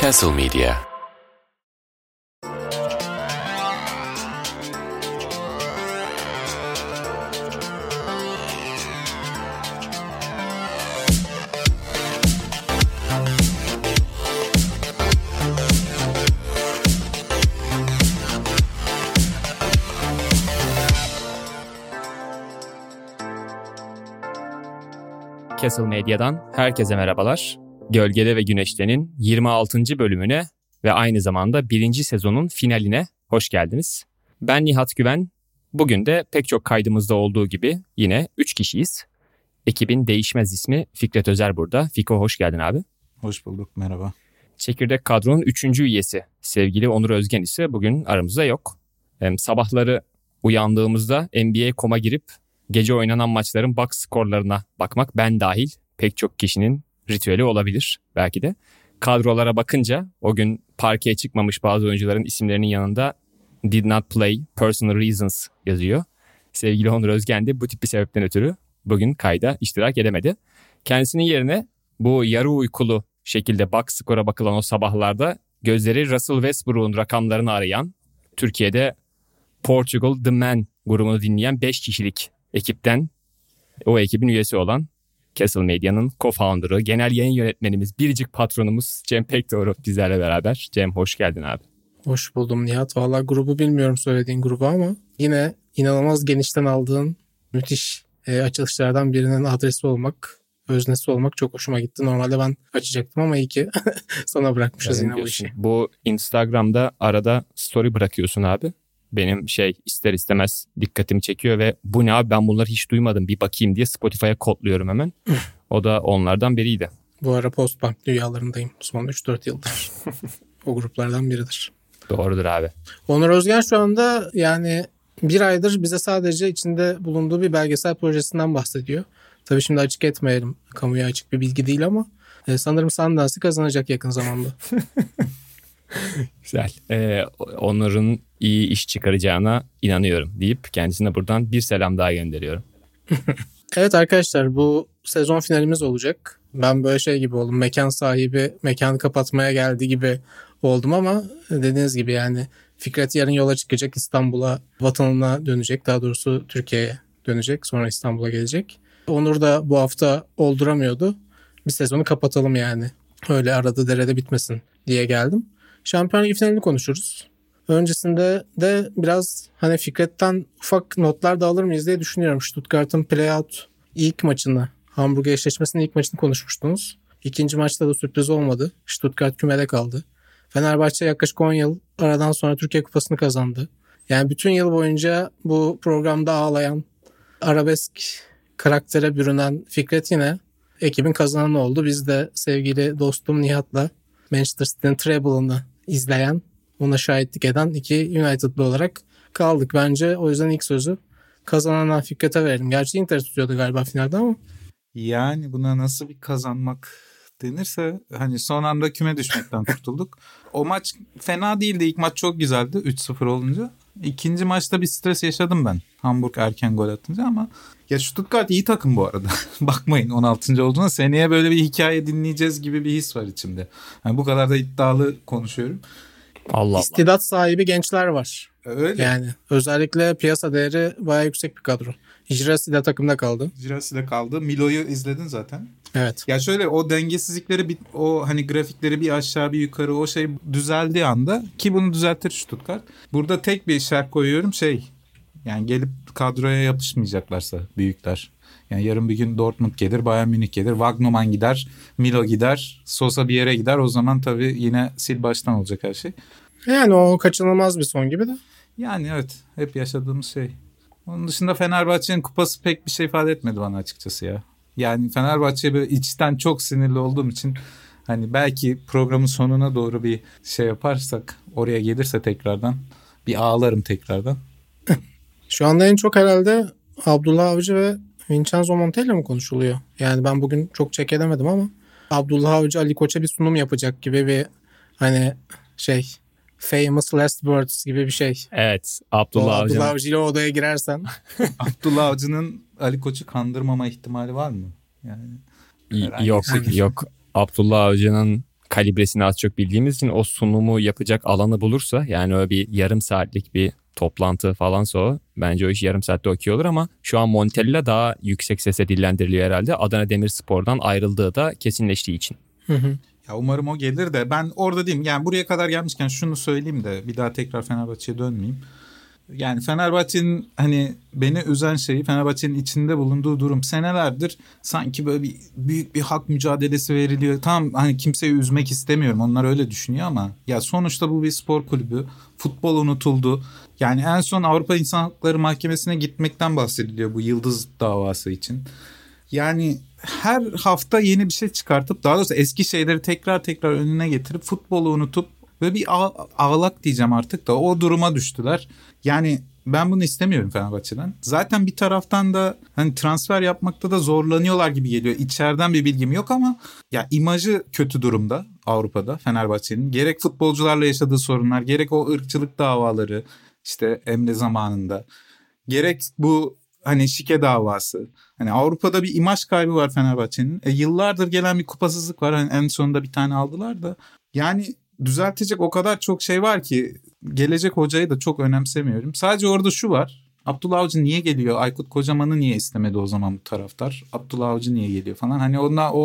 Castle Media. Castle Medya'dan herkese merhabalar. Gölgede ve Güneşte'nin 26. bölümüne ve aynı zamanda 1. sezonun finaline hoş geldiniz. Ben Nihat Güven. Bugün de pek çok kaydımızda olduğu gibi yine 3 kişiyiz. Ekibin değişmez ismi Fikret Özer burada. Fiko hoş geldin abi. Hoş bulduk, merhaba. Çekirdek kadronun 3. üyesi sevgili Onur Özgen ise bugün aramızda yok. Sabahları uyandığımızda NBA.com'a girip gece oynanan maçların box skorlarına bakmak ben dahil pek çok kişinin ritüeli olabilir belki de. Kadrolara bakınca o gün parkeye çıkmamış bazı oyuncuların isimlerinin yanında did not play personal reasons yazıyor. Sevgili Onur Özgen de bu tip bir sebepten ötürü bugün kayda iştirak edemedi. Kendisinin yerine bu yarı uykulu şekilde box skora bakılan o sabahlarda gözleri Russell Westbrook'un rakamlarını arayan, Türkiye'de Portugal The Man grubunu dinleyen 5 kişilik ekipten, o ekibin üyesi olan Castle Medya'nın co-founder'ı, genel yayın yönetmenimiz, biricik patronumuz Cem Pekdoğru bizlerle beraber. Cem hoş geldin abi. Hoş buldum Nihat. Valla grubu bilmiyorum söylediğin grubu ama yine inanılmaz genişten aldığın müthiş açılışlardan birinin adresi olmak, öznesi olmak çok hoşuma gitti. Normalde ben açacaktım ama iyi ki sana bırakmışız yine bu işi. Bu Instagram'da arada story bırakıyorsun abi. Benim ister istemez dikkatimi çekiyor ve bu ne abi ben bunları hiç duymadım bir bakayım diye Spotify'a kodluyorum hemen. O da onlardan biriydi. Bu ara Postbank dünyalarındayım son 3-4 yıldır. O gruplardan biridir. Doğrudur abi. Onur Özgen şu anda yani bir aydır bize sadece içinde bulunduğu bir belgesel projesinden bahsediyor. Tabii şimdi açık etmeyelim. Kamuya açık bir bilgi değil ama sanırım Sundance'ı kazanacak yakın zamanda. Güzel. Onur'un iyi iş çıkaracağına inanıyorum deyip kendisine buradan bir selam daha gönderiyorum. Evet arkadaşlar bu sezon finalimiz olacak. Ben böyle gibi oldum. Mekan sahibi mekanı kapatmaya geldi gibi oldum ama dediğiniz gibi yani Fikret yarın yola çıkacak, İstanbul'a, vatanına dönecek. Daha doğrusu Türkiye'ye dönecek. Sonra İstanbul'a gelecek. Onur da bu hafta olduramıyordu. Bir sezonu kapatalım yani. Öyle arada derede bitmesin diye geldim. Şampiyonlar Ligi finalini konuşuruz. Öncesinde de biraz hani Fikret'ten ufak notlar da alır mıyız diye düşünüyorum. Stuttgart'ın playout ilk maçını, Hamburg eşleşmesinin ilk maçını konuşmuştunuz. İkinci maçta da sürpriz olmadı. Stuttgart kümede kaldı. Fenerbahçe yaklaşık 10 yıl aradan sonra Türkiye Kupası'nı kazandı. Yani bütün yıl boyunca bu programda ağlayan, arabesk karaktere bürünen Fikret yine ekibin kazananı oldu. Biz de sevgili dostum Nihat'la Manchester City'nin treble'ını izleyen, ona şahitlik eden iki United'lı olarak kaldık. Bence o yüzden ilk sözü kazanan Fikret'e verelim. Gerçi Inter tutuyordu galiba finalde ama. Yani buna nasıl bir kazanmak denirse hani son anda küme düşmekten kurtulduk. O maç fena değildi. İlk maç çok güzeldi 3-0 olunca. İkinci maçta bir stres yaşadım ben. Hamburg erken gol atınca ama ya Stuttgart iyi takım bu arada. Bakmayın 16. olduğuna seneye böyle bir hikaye dinleyeceğiz gibi bir his var içimde. Yani bu kadar da iddialı konuşuyorum. Allah İstidat sahibi gençler var. Öyle. Yani özellikle piyasa değeri bayağı yüksek bir kadro. Girassi de takımda kaldı. Girassi de kaldı. Milo'yu izledin zaten. Evet. Ya şöyle o dengesizlikleri o hani grafikleri bir aşağı bir yukarı o şey düzeldiği anda ki bunu düzeltir Stuttgart. Burada tek bir şart koyuyorum yani gelip kadroya yapışmayacaklarsa büyükler. Yani yarın bir gün Dortmund gelir, Bayern Münih gelir, Wagnerman gider, Milo gider, Sosa bir yere gider. O zaman tabii yine sil baştan olacak her şey. Yani o kaçınılmaz bir son gibi de. Yani evet hep yaşadığımız şey. Onun dışında Fenerbahçe'nin kupası pek bir şey ifade etmedi bana açıkçası ya. Yani Fenerbahçe'ye böyle içten çok sinirli olduğum için hani belki programın sonuna doğru bir şey yaparsak oraya gelirse tekrardan bir ağlarım tekrardan. Şu anda en çok herhalde Abdullah Avcı ve Vincenzo Montella mı konuşuluyor? Yani ben bugün çok çek edemedim ama Abdullah Avcı Ali Koç'a bir sunum yapacak gibi bir hani famous last words gibi bir şey. Evet. Abdullah Avcı ile odaya girersen. Abdullah Avcı'nın Ali Koç'u kandırmama ihtimali var mı? Yani yok. Abdullah Avcı'nın kalibresini az çok bildiğimiz için o sunumu yapacak alanı bulursa, yani öyle bir yarım saatlik bir toplantı falansa o, bence o iş yarım saatte okey olur ama şu an Montella daha yüksek sesle dillendiriliyor herhalde. Adana Demirspor'dan ayrıldığı da kesinleştiği için. Ya umarım o gelir de ben orada değilim. Yani buraya kadar gelmişken şunu söyleyeyim de bir daha tekrar Fenerbahçe'ye dönmeyeyim. Yani Fenerbahçe'nin hani beni üzen şeyi, Fenerbahçe'nin içinde bulunduğu durum, senelerdir sanki böyle büyük bir hak mücadelesi veriliyor. Tamam, hani kimseyi üzmek istemiyorum, onlar öyle düşünüyor ama ya sonuçta bu bir spor kulübü. Futbol unutuldu. Yani en son Avrupa İnsan Hakları Mahkemesi'ne gitmekten bahsediliyor bu Yıldız davası için. Yani her hafta yeni bir şey çıkartıp, daha doğrusu eski şeyleri tekrar önüne getirip futbolu unutup böyle bir ağlak diyeceğim artık da o duruma düştüler. Yani ben bunu istemiyorum Fenerbahçe'den. Zaten bir taraftan da hani transfer yapmakta da zorlanıyorlar gibi geliyor. İçeriden bir bilgim yok ama ya imajı kötü durumda Avrupa'da Fenerbahçe'nin. Gerek futbolcularla yaşadığı sorunlar, gerek o ırkçılık davaları işte Emre zamanında, gerek bu hani şike davası. Hani Avrupa'da bir imaj kaybı var Fenerbahçe'nin. Yıllardır gelen bir kupasızlık var. Hani en sonunda bir tane aldılar da. Yani düzeltecek o kadar çok şey var ki gelecek hocayı da çok önemsemiyorum. Sadece orada şu var. Abdullah Avcı niye geliyor? Aykut Kocaman'ı niye istemedi o zaman bu taraftar? Abdullah Avcı niye geliyor falan. Hani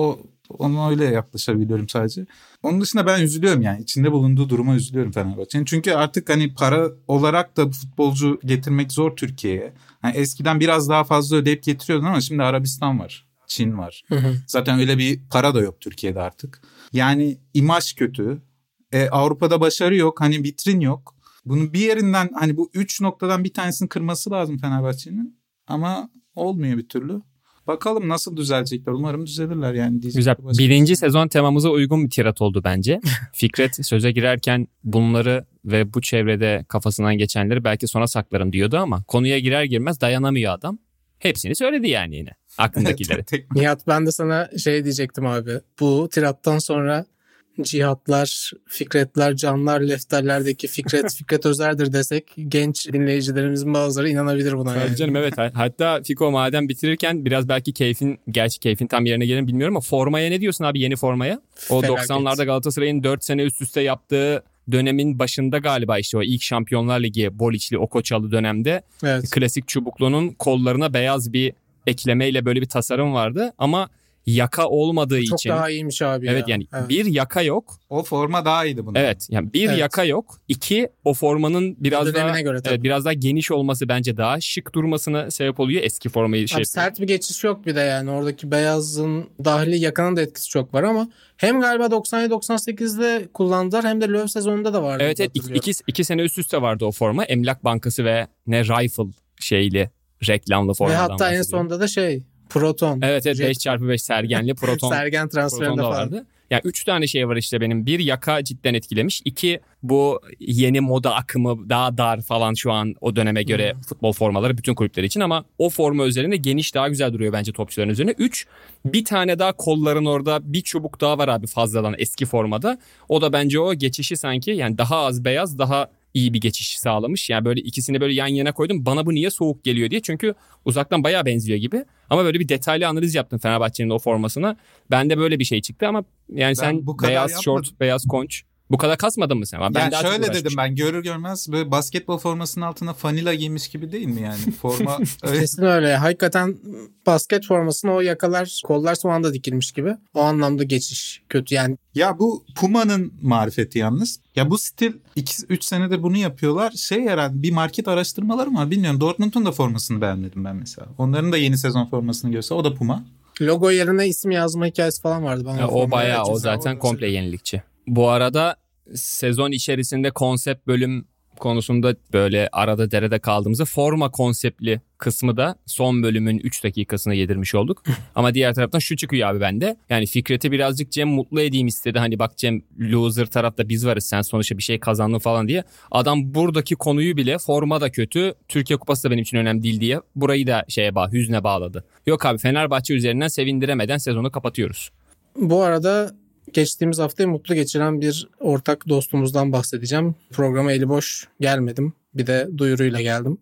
ona öyle yaklaşabiliyorum sadece. Onun dışında ben üzülüyorum yani. İçinde bulunduğu duruma üzülüyorum Fenerbahçe'nin. Çünkü artık hani para olarak da futbolcu getirmek zor Türkiye'ye. Yani eskiden biraz daha fazla ödeyip getiriyordun ama şimdi Arabistan var. Çin var. Zaten öyle bir para da yok Türkiye'de artık. Yani imaj kötü. Avrupa'da başarı yok. Hani vitrin yok. Bunun bir yerinden hani bu 3 noktadan bir tanesini kırması lazım Fenerbahçe'nin. Ama olmuyor bir türlü. Bakalım nasıl düzelecekler. Umarım düzelirler yani. Güzel. Birinci sezon temamıza uygun bir tirat oldu bence. Fikret söze girerken bunları ve bu çevrede kafasından geçenleri belki sona saklarım diyordu ama konuya girer girmez dayanamıyor adam. Hepsini söyledi yani yine aklındakileri. Nihat, ben de sana şey diyecektim abi. Bu tirattan sonra Cihatlar, Fikretler, Canlar, Lefterler'deki Fikret Özer'dir desek genç dinleyicilerimizin bazıları inanabilir buna. Tabii yani. canım, evet. Hatta Fiko madem bitirirken biraz belki keyfin tam yerine gelir bilmiyorum ama formaya ne diyorsun abi, yeni formaya? O Felaket. 90'larda Galatasaray'ın 4 sene üst üste yaptığı dönemin başında galiba işte o ilk Şampiyonlar Ligi Boliçli Okoçalı dönemde Evet. klasik çubuklunun kollarına beyaz bir eklemeyle böyle bir tasarım vardı ama yaka olmadığı Çok için. daha iyiymiş abi Evet ya. yani bir yaka yok. O forma daha iyiydi bunun. Evet yani bir yaka yok. İki, o formanın biraz daha göre, evet, biraz daha geniş olması bence daha şık durmasına sebep oluyor eski formayı Abi sert bir geçiş yok bir de yani. Oradaki beyazın dahili yakanın da etkisi çok var ama hem galiba 97-98'de kullandılar hem de Löw sezonunda da vardı. Evet iki sene üst üste vardı o forma. Emlak Bankası ve ne Rifle şeyli reklamlı formadan Ve hatta en bahsediyorum. sonunda da Proton. Evet 5x5 Sergenli Proton. Sergen transferinde falan. Vardı. Yani 3 tane şey var işte benim. Bir, yaka cidden etkilemiş. 2, bu yeni moda akımı daha dar falan şu an o döneme göre futbol formaları bütün kulüpler için ama o forma üzerinde geniş daha güzel duruyor bence topçuların üzerine. 3, bir tane daha kolların orada bir çubuk daha var abi fazladan eski formada. O da bence o geçişi sanki yani daha az beyaz daha iyi bir geçiş sağlamış. Yani böyle ikisini böyle yan yana koydum. Bana bu niye soğuk geliyor diye. Çünkü uzaktan bayağı benziyor gibi. Ama böyle bir detaylı analiz yaptım Fenerbahçe'nin o formasına. Bende böyle bir şey çıktı ama yani sen beyaz şort, beyaz konç. Bu kadar kasmadın mı sen? Ben yani şöyle dedim, ben görür görmez böyle basketbol formasının altına fanila giymiş gibi değil mi yani? Forma öyle. Kesin öyle. Hakikaten basket formasına o yakalar, kollar son anda dikilmiş gibi. O anlamda geçiş kötü yani. Ya bu Puma'nın marifeti yalnız. Ya bu stil 2-3 senedir bunu yapıyorlar. Herhalde bir market araştırmaları mı var bilmiyorum. Dortmund'un da formasını beğenmedim ben mesela. Onların da yeni sezon formasını görse o da Puma. Logo yerine isim yazma hikayesi falan vardı. Ya o bayağı o zaten komple yenilikçi. Bu arada sezon içerisinde konsept bölüm konusunda böyle arada derede kaldığımızda forma konseptli kısmı da son bölümün 3 dakikasına yedirmiş olduk. Ama diğer taraftan şu çıkıyor abi bende. Yani Fikret'i birazcık Cem mutlu edeyim istedi. Hani bak Cem, loser tarafta biz varız, sen sonuçta bir şey kazandın falan diye. Adam buradaki konuyu bile forma da kötü, Türkiye Kupası da benim için önemli değil diye burayı da hüzne bağladı. Yok abi, Fenerbahçe üzerinden sevindiremeden sezonu kapatıyoruz. Bu arada geçtiğimiz haftayı mutlu geçiren bir ortak dostumuzdan bahsedeceğim. Programa eli boş gelmedim. Bir de duyuruyla geldim.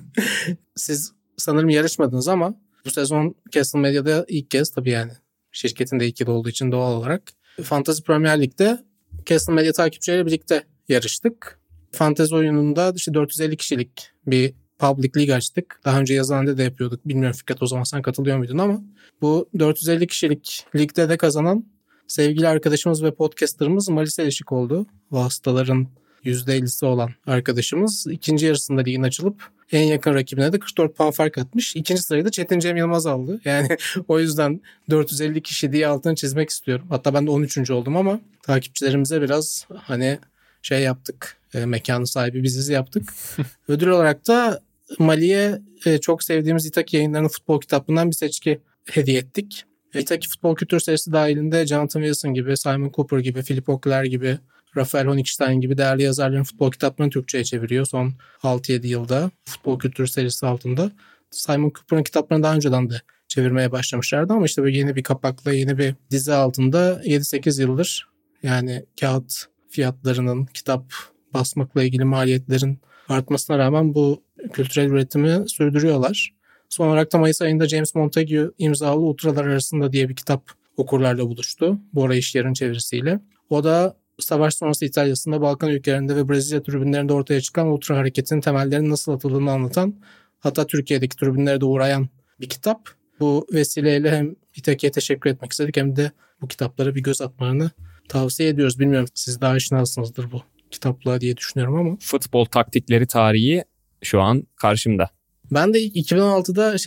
Siz sanırım yarışmadınız ama bu sezon Castle Medya'da ilk kez, tabii yani şirketin de ilk yıl olduğu için doğal olarak Fantasy Premier Lig'de Castle Media takipçileriyle birlikte yarıştık. Fantezi oyununda işte 450 kişilik bir public league açtık. Daha önce yazıhanede de yapıyorduk. Bilmiyorum Fikret, o zaman sen katılıyor muydun ama bu 450 kişilik ligde de kazanan sevgili arkadaşımız ve podcasterımız Malis Eleşik oldu. Vasıtaların %50'si olan arkadaşımız. İkinci yarısında ligin açılıp en yakın rakibine de 44 puan fark atmış. İkinci sırayı da Çetin Cem Yılmaz aldı. Yani o yüzden 450 kişi diye altını çizmek istiyorum. Hatta ben de 13. oldum ama takipçilerimize biraz hani şey yaptık. Mekanı sahibi biziz yaptık. Ödül olarak da Mali'ye çok sevdiğimiz İtaki Yayınları'nın futbol kitabından bir seçki hediye ettik. İtaki futbol kültür serisi dahilinde Jonathan Wilson gibi, Simon Cooper gibi, Philip Auclair gibi, Rafael Honigstein gibi değerli yazarların futbol kitaplarını Türkçe'ye çeviriyor son 6-7 yılda futbol kültür serisi altında. Simon Cooper'ın kitaplarını daha önceden de çevirmeye başlamışlardı ama işte böyle yeni bir kapakla, yeni bir dizi altında 7-8 yıldır yani kağıt fiyatlarının, kitap basmakla ilgili maliyetlerin artmasına rağmen bu kültürel üretimi sürdürüyorlar. Son olarak da Mayıs ayında James Montague imzalı Ultralar Arasında diye bir kitap okurlarla buluştu. Bora İşyer'in çevirisiyle. O da savaş sonrası İtalya'sında, Balkan ülkelerinde ve Brezilya tribünlerinde ortaya çıkan ultra hareketinin temellerinin nasıl atıldığını anlatan, hatta Türkiye'deki tribünlere de uğrayan bir kitap. Bu vesileyle hem İtaki'ye teşekkür etmek istedik hem de bu kitaplara bir göz atmalarını tavsiye ediyoruz. Bilmiyorum siz daha aşinasınızdır bu kitapla diye düşünüyorum ama. Futbol taktikleri tarihi şu an karşımda. Ben de ilk 2016'da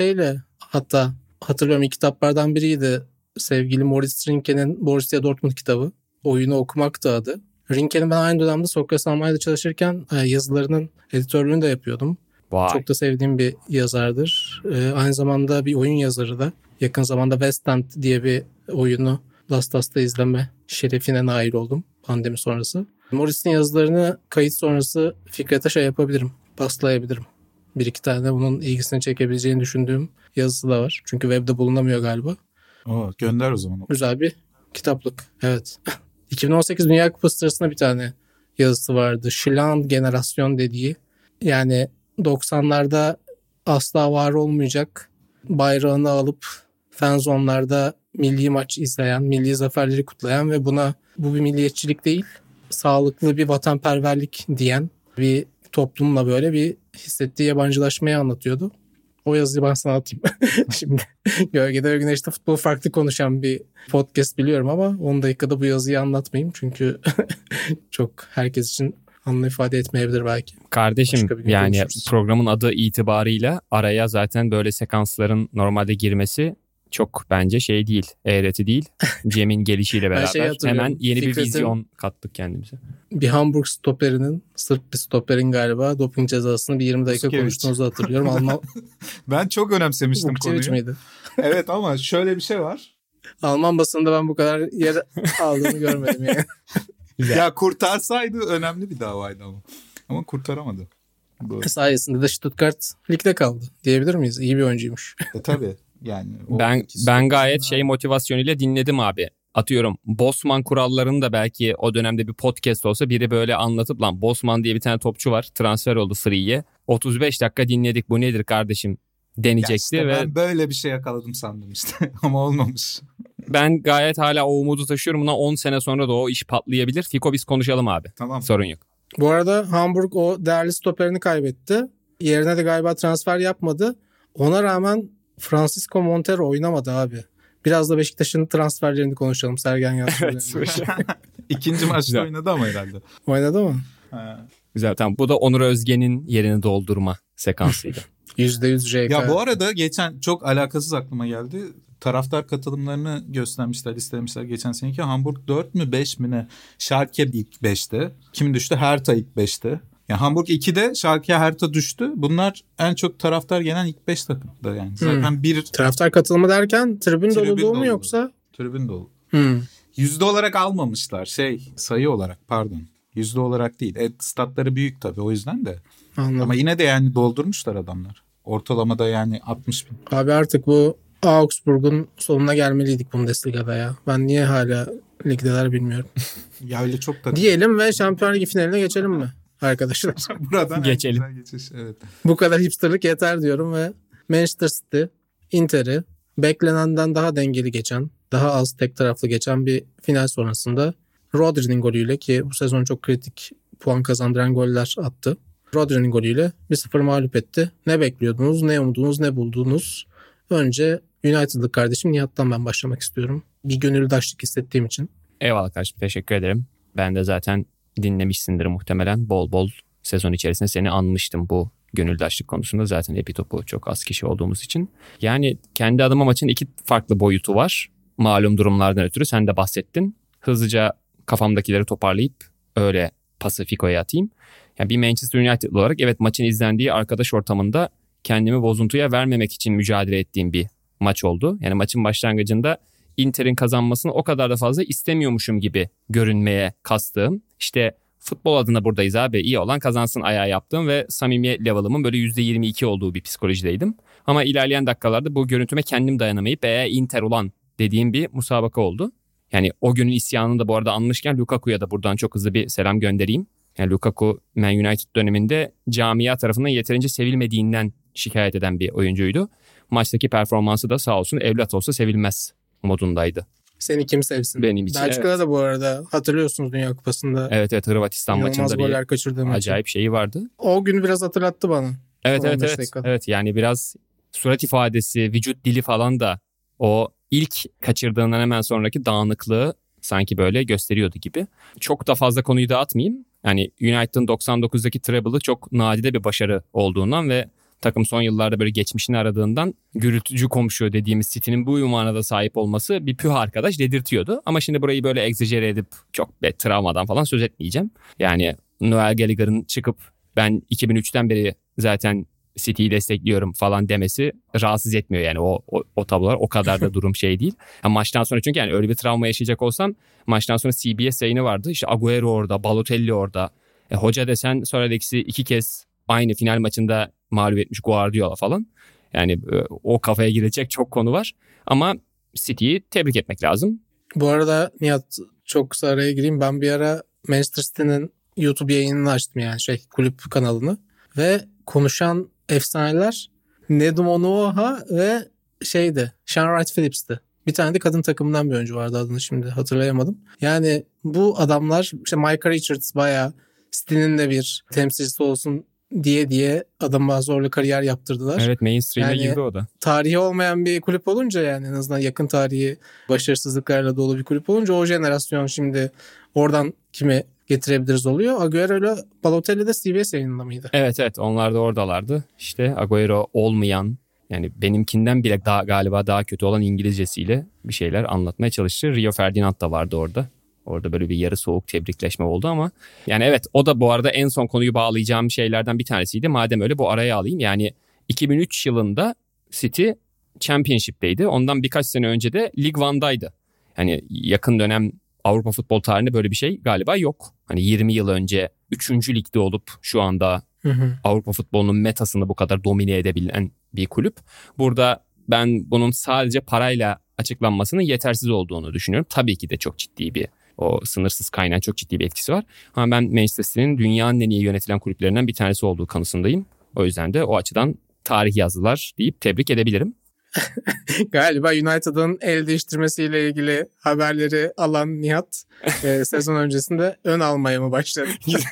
hatta hatırlıyorum, ilk kitaplardan biriydi. Sevgili Moritz Rinke'nin Borussia Dortmund kitabı. Oyunu okumak da adı. Rinke'nin ben aynı dönemde Sokrates Almanya'da çalışırken yazılarının editörlüğünü de yapıyordum. Vay. Çok da sevdiğim bir yazardır. Aynı zamanda bir oyun yazarı da. Yakın zamanda West End diye bir oyunu Last Us'ta izleme şerefine nail oldum pandemi sonrası. Moritz'in yazılarını kayıt sonrası Fikret'e yapabilirim, paslayabilirim. Bir iki tane bunun ilgisini çekebileceğini düşündüğüm yazısı da var. Çünkü webde bulunamıyor galiba. Gönder o zaman. Güzel bir kitaplık. Evet. 2018 Dünya Kupası sırasında bir tane yazısı vardı. Schland Generasyon dediği. Yani 90'larda asla var olmayacak bayrağını alıp fanzonlarda milli maç izleyen, milli zaferleri kutlayan ve buna bu bir milliyetçilik değil, sağlıklı bir vatanperverlik diyen bir toplumla böyle bir hissettiği yabancılaşmayı anlatıyordu. O yazıyı ben sana atayım. Şimdi Gölgede ve Güneşte futbol farklı konuşan bir podcast biliyorum ama 10 dakikada bu yazıyı anlatmayayım. Çünkü çok herkes için anlam ifade etmeyebilir belki. Kardeşim yani programın adı itibarıyla araya zaten böyle sekansların normalde girmesi çok bence değil, eğreti değil. Cem'in gelişiyle beraber hemen yeni bir vizyon kattık kendimize. Bir Hamburg stoperinin, Sırp bir stoperin galiba doping cezasını bir 20 dakika konuştuğumuzu hatırlıyorum. Ben çok önemsemiştim konuyu. Miydi? Evet ama şöyle bir şey var. Alman basında ben bu kadar yer aldığını görmedim yani. Ya kurtarsaydı önemli bir davaydı ama. Ama kurtaramadı. Böyle. Sayesinde de Stuttgart ligde kaldı diyebilir miyiz? İyi bir oyuncuymuş. Tabii. Yani ben gayet motivasyonuyla dinledim abi. Atıyorum Bosman kurallarını da belki o dönemde bir podcast olsa biri böyle anlatıp lan Bosman diye bir tane topçu var, transfer oldu free'ye. 35 dakika dinledik, bu nedir kardeşim deneyecekti ve ben böyle bir şey yakaladım sandım işte ama olmamış. Ben gayet hala o umudu taşıyorum. Buna 10 sene sonra da o iş patlayabilir. Fiko biz konuşalım abi. Tamam. Sorun yok. Bu arada Hamburg o değerli stoperini kaybetti. Yerine de galiba transfer yapmadı. Ona rağmen Francisco Montero oynamadı abi. Biraz da Beşiktaş'ın transferlerini konuşalım. Sergen Yalçın'ın. İkinci maçta oynadı ama herhalde. Oynadı mı? Güzel, tamam. Bu da Onur Özgen'in yerini doldurma sekansıydı. %100 JK. Ya bu arada geçen çok alakasız aklıma geldi. Taraftar katılımlarını göstermişler, listelemişler geçen seneki. Hamburg 4 mü 5 mi ne? Schalke ilk 5'te. Kim düştü? Hertha ilk 5'te. Yani Hamburg 2'de, Schalke, Hertha düştü. Bunlar en çok taraftar gelen ilk 5 takımda yani. Zaten bir taraftar katılımı derken tribün doluluğu mu yoksa? Tribün dolu. Yüzde olarak almamışlar. Sayı olarak pardon. Yüzde olarak değil. Statları büyük tabii o yüzden de. Anladım. Ama yine de yani doldurmuşlar adamlar. Ortalamada yani 60 bin. Abi artık bu Augsburg'un sonuna gelmeliydik Bundesliga'da ya. Ben niye hala ligdeler bilmiyorum. Ya öyle çok da diyelim ve Şampiyonlar Ligi finaline geçelim mi arkadaşlar? Buradan geçelim. Geçiş, evet. Bu kadar hipsterlik yeter diyorum ve Manchester City, Inter'i beklenenden daha dengeli geçen, daha az tek taraflı geçen bir final sonrasında Rodri'nin golüyle, ki bu sezon çok kritik puan kazandıran goller attı. Rodri'nin golüyle 1-0 mağlup etti. Ne bekliyordunuz, ne umdunuz, ne buldunuz? Önce United'lı kardeşim Nihat'tan ben başlamak istiyorum. Bir gönüldaşlık hissettiğim için. Eyvallah kardeşim, teşekkür ederim. Ben de zaten dinlemişsindir muhtemelen. Bol bol sezon içerisinde seni anmıştım bu gönüldaşlık konusunda. Zaten Epitop'u çok az kişi olduğumuz için. Yani kendi adıma maçın iki farklı boyutu var. Malum durumlardan ötürü sen de bahsettin. Hızlıca kafamdakileri toparlayıp öyle Pasifiko'ya atayım. Yani bir Manchester United olarak evet, maçın izlendiği arkadaş ortamında kendimi bozuntuya vermemek için mücadele ettiğim bir maç oldu. Yani maçın başlangıcında Inter'in kazanmasını o kadar da fazla istemiyormuşum gibi görünmeye kastığım, işte futbol adına buradayız abi, iyi olan kazansın ayağı yaptığım ve samimiyet level'ımın böyle %22 olduğu bir psikolojideydim. Ama ilerleyen dakikalarda bu görüntüme kendim dayanamayıp Inter ulan dediğim bir musabaka oldu. Yani o günün isyanını da bu arada anmışken Lukaku'ya da buradan çok hızlı bir selam göndereyim. Yani Lukaku Man United döneminde camia tarafından yeterince sevilmediğinden şikayet eden bir oyuncuydu. Maçtaki performansı da sağ olsun evlat olsa sevilmez modundaydı. Seni kim sevsin? Benim için. Belçika'da evet. Da bu arada hatırlıyorsunuz Dünya Kupası'nda. Evet Hırvatistan maçında goller kaçırdığım acayip şeyi vardı. O günü biraz hatırlattı bana. Evet yani biraz surat ifadesi, vücut dili falan da o ilk kaçırdığından hemen sonraki dağınıklığı sanki böyle gösteriyordu gibi. Çok da fazla konuyu dağıtmayayım. Yani United'ın 99'daki treble'ı çok nadide bir başarı olduğundan ve takım son yıllarda böyle geçmişini aradığından gürültücü komşu dediğimiz City'nin bu ünvana da sahip olması bir püh arkadaş dedirtiyordu. Ama şimdi burayı böyle egzajere edip çok travmadan falan söz etmeyeceğim. Yani Noel Gallagher'ın çıkıp ben 2003'ten beri zaten City'yi destekliyorum falan demesi rahatsız etmiyor yani o tablolar o kadar da durum şey değil. Yani maçtan sonra, çünkü yani öyle bir travma yaşayacak olsam, maçtan sonra CBS yayını vardı. İşte Agüero orada, Balotelli orada. Hoca desen Sir Alex'i 2 kez aynı final maçında mağlup etmiş Guardiola falan. Yani o kafaya girecek çok konu var. Ama City'yi tebrik etmek lazım. Bu arada Nihat, çok kısa araya gireyim. Ben bir ara Manchester City'nin YouTube yayınını açtım, yani kulüp kanalını. Ve konuşan efsaneler Nedum Onuoha ve Sean Wright Phillips'ti. Bir tane de kadın takımından bir oyuncu vardı, adını şimdi hatırlayamadım. Yani bu adamlar, Micah Richards bayağı City'nin de bir temsilcisi olsun diye adama zorla kariyer yaptırdılar. Evet, mainstream'e girdi o da. Tarihi olmayan bir kulüp olunca, yani en azından yakın tarihi başarısızlıklarla dolu bir kulüp olunca, o jenerasyon şimdi oradan kimi getirebiliriz oluyor. Agüero ile Balotelli de CBS yayınında mıydı? Evet onlar da oradalardı. İşte Agüero olmayan, yani benimkinden bile galiba daha kötü olan İngilizcesiyle bir şeyler anlatmaya çalıştı. Rio Ferdinand da vardı orada. Orada böyle bir yarı soğuk tebrikleşme oldu ama yani evet, o da bu arada en son konuyu bağlayacağım şeylerden bir tanesiydi. Madem öyle bu araya alayım. Yani 2003 yılında City Championship'teydi. Ondan birkaç sene önce de League One'daydı. Yani yakın dönem Avrupa futbol tarihinde böyle bir şey galiba yok. Hani 20 yıl önce 3. ligde olup şu anda Avrupa futbolunun metasını bu kadar domine edebilen bir kulüp. Burada ben bunun sadece parayla açıklanmasının yetersiz olduğunu düşünüyorum. Tabii ki de çok ciddi bir, o sınırsız kaynağın çok ciddi bir etkisi var. Ama ben Manchester City'nin dünyanın en iyi yönetilen kulüplerinden bir tanesi olduğu kanısındayım. O yüzden de o açıdan tarih yazdılar deyip tebrik edebilirim. Galiba United'ın el değiştirmesiyle ilgili haberleri alan Nihat sezon öncesinde ön almaya mı başladı?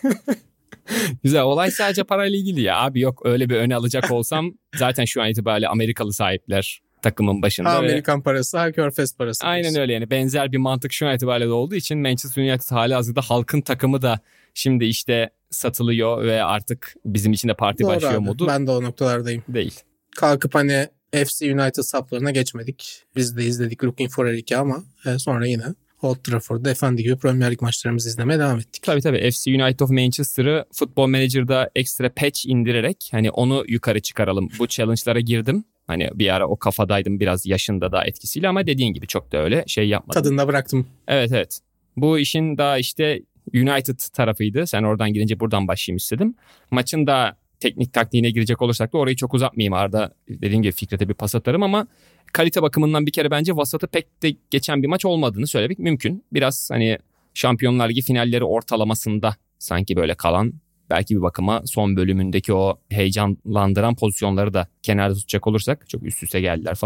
Güzel, olay sadece parayla ilgili ya abi, yok öyle bir öne alacak olsam zaten şu an itibariyle Amerikalı sahipler takımın başında. Amerikan parası, Körfez parası. Aynen öyle, yani benzer bir mantık şu an itibariyle de olduğu için Manchester United halihazırda halkın takımı da şimdi işte satılıyor ve artık bizim için de parti Doğru başlıyor abi, modu. ben de o noktalardayım. Değil. Kalkıp FC United saplarına geçmedik. Biz de izledik Looking for Erik'i ama sonra yine Old Trafford'da efendi gibi Premier Lig maçlarımızı izlemeye devam ettik. Tabii FC United of Manchester'ı Football Manager'da ekstra patch indirerek hani onu yukarı çıkaralım. Bu challenge'lara girdim. Hani bir ara o kafadaydım biraz, yaşında da etkisiyle, ama dediğin gibi çok da öyle şey yapmadım. Tadında bıraktım. Evet. Bu işin daha işte United tarafıydı. Sen oradan girince buradan başlayayım istedim. Maçın da teknik taktiğine girecek olursak da orayı çok uzatmayayım. Arada dediğim gibi Fikret'e bir pas atarım ama kalite bakımından bir kere bence vasatı pek de geçen bir maç olmadığını söylemek mümkün. Biraz hani Şampiyonlar Ligi finalleri ortalamasında sanki böyle kalan, belki bir bakıma son bölümündeki o heyecanlandıran pozisyonları da kenarda tutacak olursak çok üst üste geldiler falan.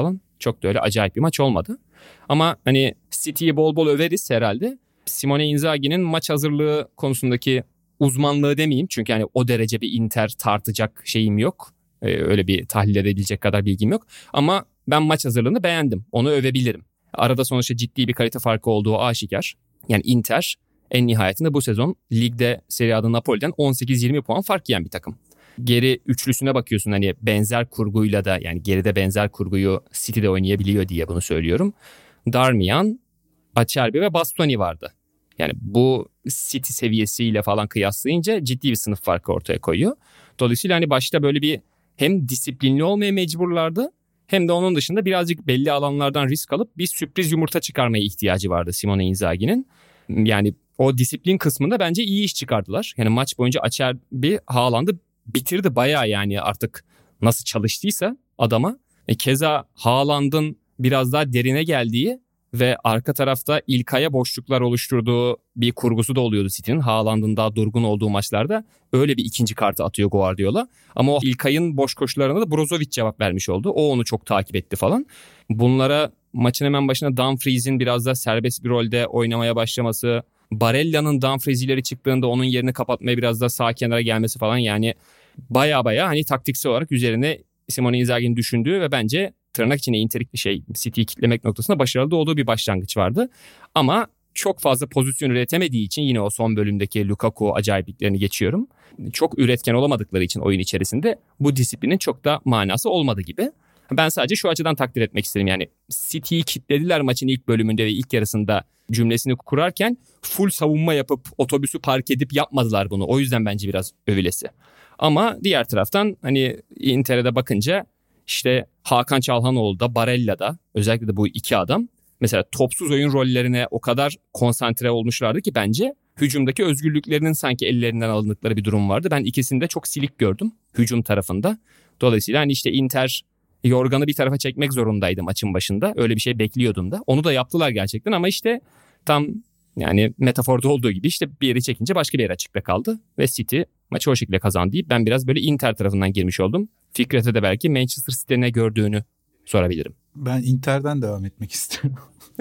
Çok da öyle acayip bir maç olmadı. Ama hani City'yi bol bol överiz herhalde. Simone Inzaghi'nin maç hazırlığı konusundaki uzmanlığı demeyeyim. Çünkü hani o derece bir Inter tartacak şeyim yok. Öyle bir tahlil edebilecek kadar bilgim yok. Ama ben maç hazırlığını beğendim. Onu övebilirim. Arada sonuçta ciddi bir kalite farkı olduğu aşikar. Yani Inter en nihayetinde bu sezon ligde Serie A'da Napoli'den 18-20 puan fark yiyen bir takım. Geri üçlüsüne bakıyorsun, hani benzer kurguyla da, yani geride benzer kurguyu City'de oynayabiliyor diye bunu söylüyorum. Darmian, Acerbi ve Bastoni vardı. Yani bu City seviyesiyle falan kıyaslayınca ciddi bir sınıf farkı ortaya koyuyor. Dolayısıyla hani başta böyle bir hem disiplinli olmaya mecburlardı, hem de onun dışında birazcık belli alanlardan risk alıp bir sürpriz yumurta çıkarmaya ihtiyacı vardı Simone Inzaghi'nin. Yani o disiplin kısmında bence iyi iş çıkardılar. Yani maç boyunca Acerbi Haaland'ı bitirdi bayağı, yani artık nasıl çalıştıysa adama. Keza Haaland'ın biraz daha derine geldiği ve arka tarafta İlkay'a boşluklar oluşturduğu bir kurgusu da oluyordu City'nin. Haaland'ın daha durgun olduğu maçlarda öyle bir ikinci kartı atıyor Guardiola. Ama o İlkay'ın boş koşularına da Brozovic cevap vermiş oldu. O onu çok takip etti falan. Bunlara maçın hemen başına Dumfries'in biraz da serbest bir rolde oynamaya başlaması, Barella'nın Dumfries ileri çıktığında onun yerini kapatmaya biraz da sağ kenara gelmesi falan, yani baya hani taktiksel olarak üzerine Simone Inzaghi'nin düşündüğü ve bence tırnak içinde City'yi kitlemek noktasında başarılı olduğu bir başlangıç vardı. Ama çok fazla pozisyon üretemediği için, yine o son bölümdeki Lukaku acayipliklerini geçiyorum, çok üretken olamadıkları için oyun içerisinde bu disiplinin çok da manası olmadı gibi. Ben sadece şu açıdan takdir etmek istedim. Yani City'yi kitlediler maçın ilk bölümünde ve ilk yarısında cümlesini kurarken full savunma yapıp otobüsü park edip yapmadılar bunu. O yüzden bence biraz övülesi. Ama diğer taraftan hani Inter'e de bakınca işte Hakan Çalhanoğlu'da, Barella'da, özellikle de bu iki adam mesela topsuz oyun rollerine o kadar konsantre olmuşlardı ki bence hücumdaki özgürlüklerinin sanki ellerinden alındıkları bir durum vardı. Ben ikisini de çok silik gördüm hücum tarafında. Dolayısıyla hani işte Inter yorganı bir tarafa çekmek zorundaydı maçın başında. Öyle bir şey bekliyordum da. Onu da yaptılar gerçekten ama işte tam yani metaforda olduğu gibi işte bir yeri çekince başka bir yer açıkta kaldı. Ve City maçı o şekilde kazandı deyip ben biraz böyle Inter tarafından girmiş oldum. Fikret'e de belki Manchester City'de ne gördüğünü sorabilirim. Ben Inter'den devam etmek istiyorum.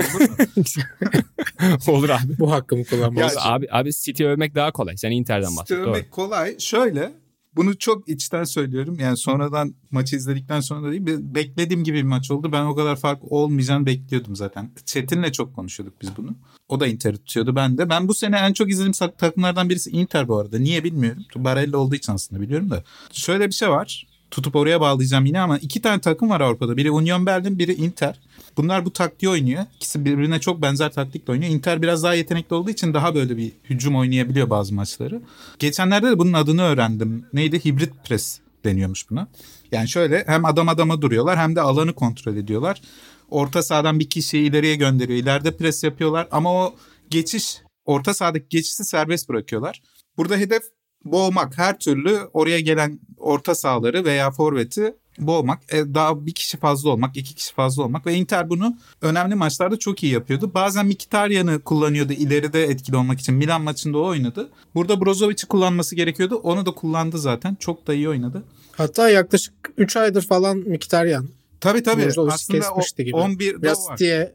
Olur abi. Bu hakkımı kullanmam. Abi City övmek daha kolay. Sen Inter'den bahset. City övmek kolay. Şöyle, bunu çok içten söylüyorum. Yani sonradan maçı izledikten sonra da değil. Beklediğim gibi bir maç oldu. Ben o kadar fark olmayacağını bekliyordum zaten. Çetin'le çok konuşuyorduk biz bunu. O da Inter'i tutuyordu, ben de. Ben bu sene en çok izlediğim takımlardan birisi Inter bu arada. Niye bilmiyorum. Barella olduğu için aslında biliyorum da. Şöyle bir şey var. Tutup oraya bağlayacağım yine ama iki tane takım var Avrupa'da. Biri Union Berlin, biri Inter. Bunlar bu taktiği oynuyor. İkisi birbirine çok benzer taktikle oynuyor. Inter biraz daha yetenekli olduğu için daha böyle bir hücum oynayabiliyor bazı maçları. Geçenlerde de bunun adını öğrendim. Neydi? Hibrit pres deniyormuş buna. Yani şöyle, hem adam adama duruyorlar hem de alanı kontrol ediyorlar. Orta sahadan bir kişiyi ileriye gönderiyor. İleride pres yapıyorlar ama o geçiş, orta sahadaki geçişi serbest bırakıyorlar. Burada hedef boğmak. Her türlü oraya gelen orta sahaları veya forveti boğmak. Daha bir kişi fazla olmak, iki kişi fazla olmak ve Inter bunu önemli maçlarda çok iyi yapıyordu. Bazen Mkhitaryan'ı kullanıyordu ileride etkili olmak için. Milan maçında o oynadı. Burada Brozovic'i kullanması gerekiyordu. Onu da kullandı zaten. Çok da iyi oynadı. Hatta yaklaşık 3 aydır falan Mkhitaryan. Tabii. Brozovic Aslında kesmişti gibi. 11'de biraz var. City'ye...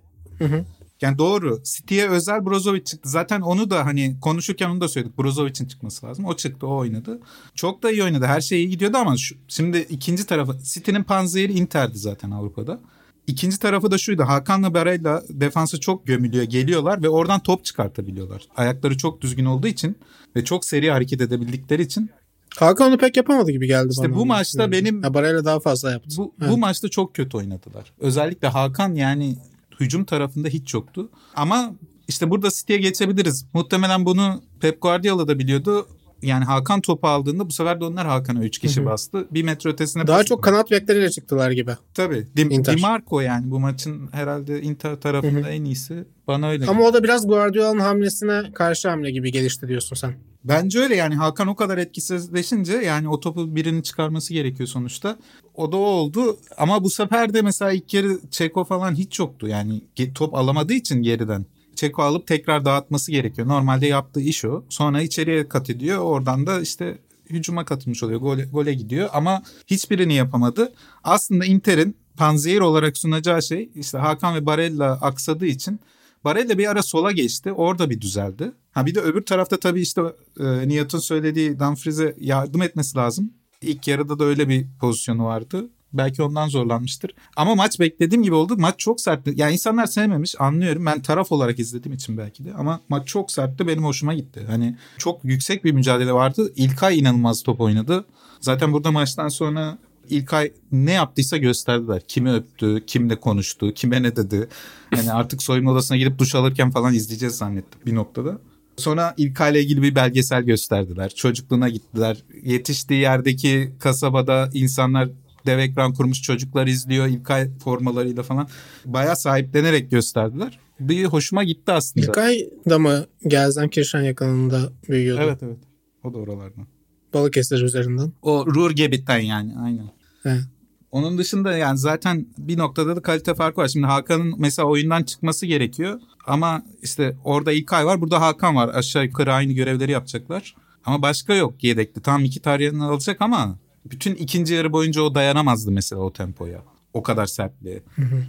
Yani doğru. City'ye özel Brozovic çıktı. Zaten onu da hani konuşurken onu da söyledik. Brozovic'in çıkması lazım. O çıktı, o oynadı. Çok da iyi oynadı. Her şey iyi gidiyordu ama şimdi ikinci tarafı, City'nin panzehiri Inter'di zaten Avrupa'da. İkinci tarafı da şuydu. Hakan'la Barella defansı çok gömülüyor. Geliyorlar ve oradan top çıkartabiliyorlar. Ayakları çok düzgün olduğu için ve çok seri hareket edebildikleri için. Hakan onu pek yapamadı gibi geldi İşte bana. bu maçta benim... Barella daha fazla yaptı. Bu maçta çok kötü oynadılar. Özellikle Hakan, yani hücum tarafında hiç yoktu. Ama işte burada City'ye geçebiliriz. Muhtemelen bunu Pep Guardiola da biliyordu. Yani Hakan topu aldığında bu sefer de onlar Hakan'a 3 kişi bastı. Bir metre ötesine daha çok kanat bekleriyle çıktılar gibi. Tabii. Di Marco yani bu maçın herhalde Inter tarafında en iyisi. Bana öyle. Ama o da biraz Guardiola'nın hamlesine karşı hamle gibi gelişti diyorsun sen. Bence öyle, yani Hakan o kadar etkisizleşince yani o topu birinin çıkarması gerekiyor sonuçta. O da o oldu ama bu sefer de mesela ilk yarı Ceko falan hiç yoktu. Yani top alamadığı için geriden. Ceko alıp tekrar dağıtması gerekiyor. Normalde yaptığı iş o. Sonra içeriye kat ediyor. Oradan da işte hücuma katılmış oluyor. Gole gidiyor ama hiçbirini yapamadı. Aslında Inter'in panzehir olarak sunacağı şey işte Hakan ve Barella aksadığı için Barella bir ara sola geçti. Orada bir düzeldi. Bir de öbür tarafta tabii işte Nihat'ın söylediği Dumfries'e yardım etmesi lazım. İlk yarıda da öyle bir pozisyonu vardı. Belki ondan zorlanmıştır. Ama maç beklediğim gibi oldu. Maç çok sertti. Yani insanlar sevmemiş, anlıyorum. Ben taraf olarak izlediğim için belki de. Ama maç çok sertti. Benim hoşuma gitti. Hani çok yüksek bir mücadele vardı. İlkay inanılmaz top oynadı. Zaten burada maçtan sonra İlkay ne yaptıysa gösterdiler. Kimi öptü, kimle konuştu, kime ne dedi. Yani artık soyunma odasına gidip duş alırken falan izleyeceğiz zannettim bir noktada. Sonra İlkay'la ilgili bir belgesel gösterdiler. Çocukluğuna gittiler. Yetiştiği yerdeki kasabada insanlar dev ekran kurmuş, çocuklar izliyor İlkay formalarıyla falan. Bayağı sahiplenerek gösterdiler. Bir hoşuma gitti aslında. İlkay da mı Gelsenkirchen yakınında büyüyordu? Evet. O da oralardan. Balıkesir üzerinden. O Ruhrgebiet'ten yani aynen. Evet. Onun dışında yani zaten bir noktada da kalite farkı var. Şimdi Hakan'ın mesela oyundan çıkması gerekiyor. Ama işte orada İlkay var, burada Hakan var. Aşağı yukarı aynı görevleri yapacaklar. Ama başka yok yedekli. Tam iki tarihinden alacak ama bütün ikinci yarı boyunca o dayanamazdı mesela o tempoya. O kadar sertliğe.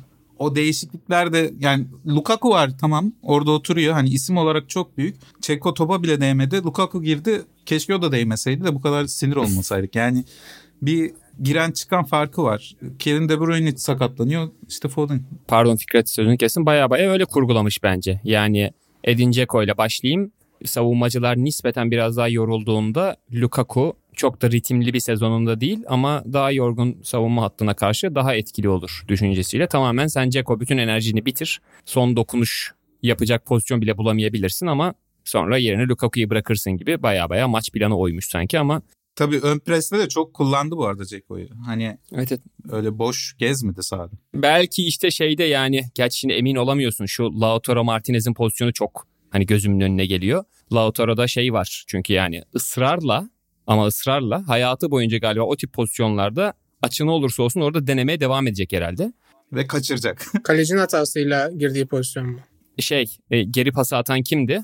O değişiklikler de yani Lukaku var tamam orada oturuyor. Hani isim olarak çok büyük. Çeko topa bile değmedi. Lukaku girdi. Keşke o da değmeseydi de bu kadar sinir olmasaydık. Yani bir giren çıkan farkı var. Kevin De Bruyne sakatlanıyor. İşte Foden. Pardon Fikret sözünü kesin. Baya öyle kurgulamış bence. Yani Edin Dzeko ile başlayayım. Savunmacılar nispeten biraz daha yorulduğunda Lukaku çok da ritimli bir sezonunda değil ama daha yorgun savunma hattına karşı daha etkili olur düşüncesiyle. Tamamen sen Dzeko bütün enerjini bitir. Son dokunuş yapacak pozisyon bile bulamayabilirsin ama sonra yerine Lukaku'yu bırakırsın gibi baya maç planı oymuş sanki ama. Tabii ön preste de çok kullandı bu arada Dzeko'yu. Hani evet. Öyle boş gezmedi sahada. Belki işte şeyde yani gerçi şimdi emin olamıyorsun şu Lautaro Martinez'in pozisyonu çok hani gözümün önüne geliyor. Lautaro'da şey var çünkü yani ısrarla hayatı boyunca galiba o tip pozisyonlarda açı ne olursa olsun orada denemeye devam edecek herhalde. Ve kaçıracak. Kalecinin hatasıyla girdiği pozisyon mu? Geri pası atan kimdi?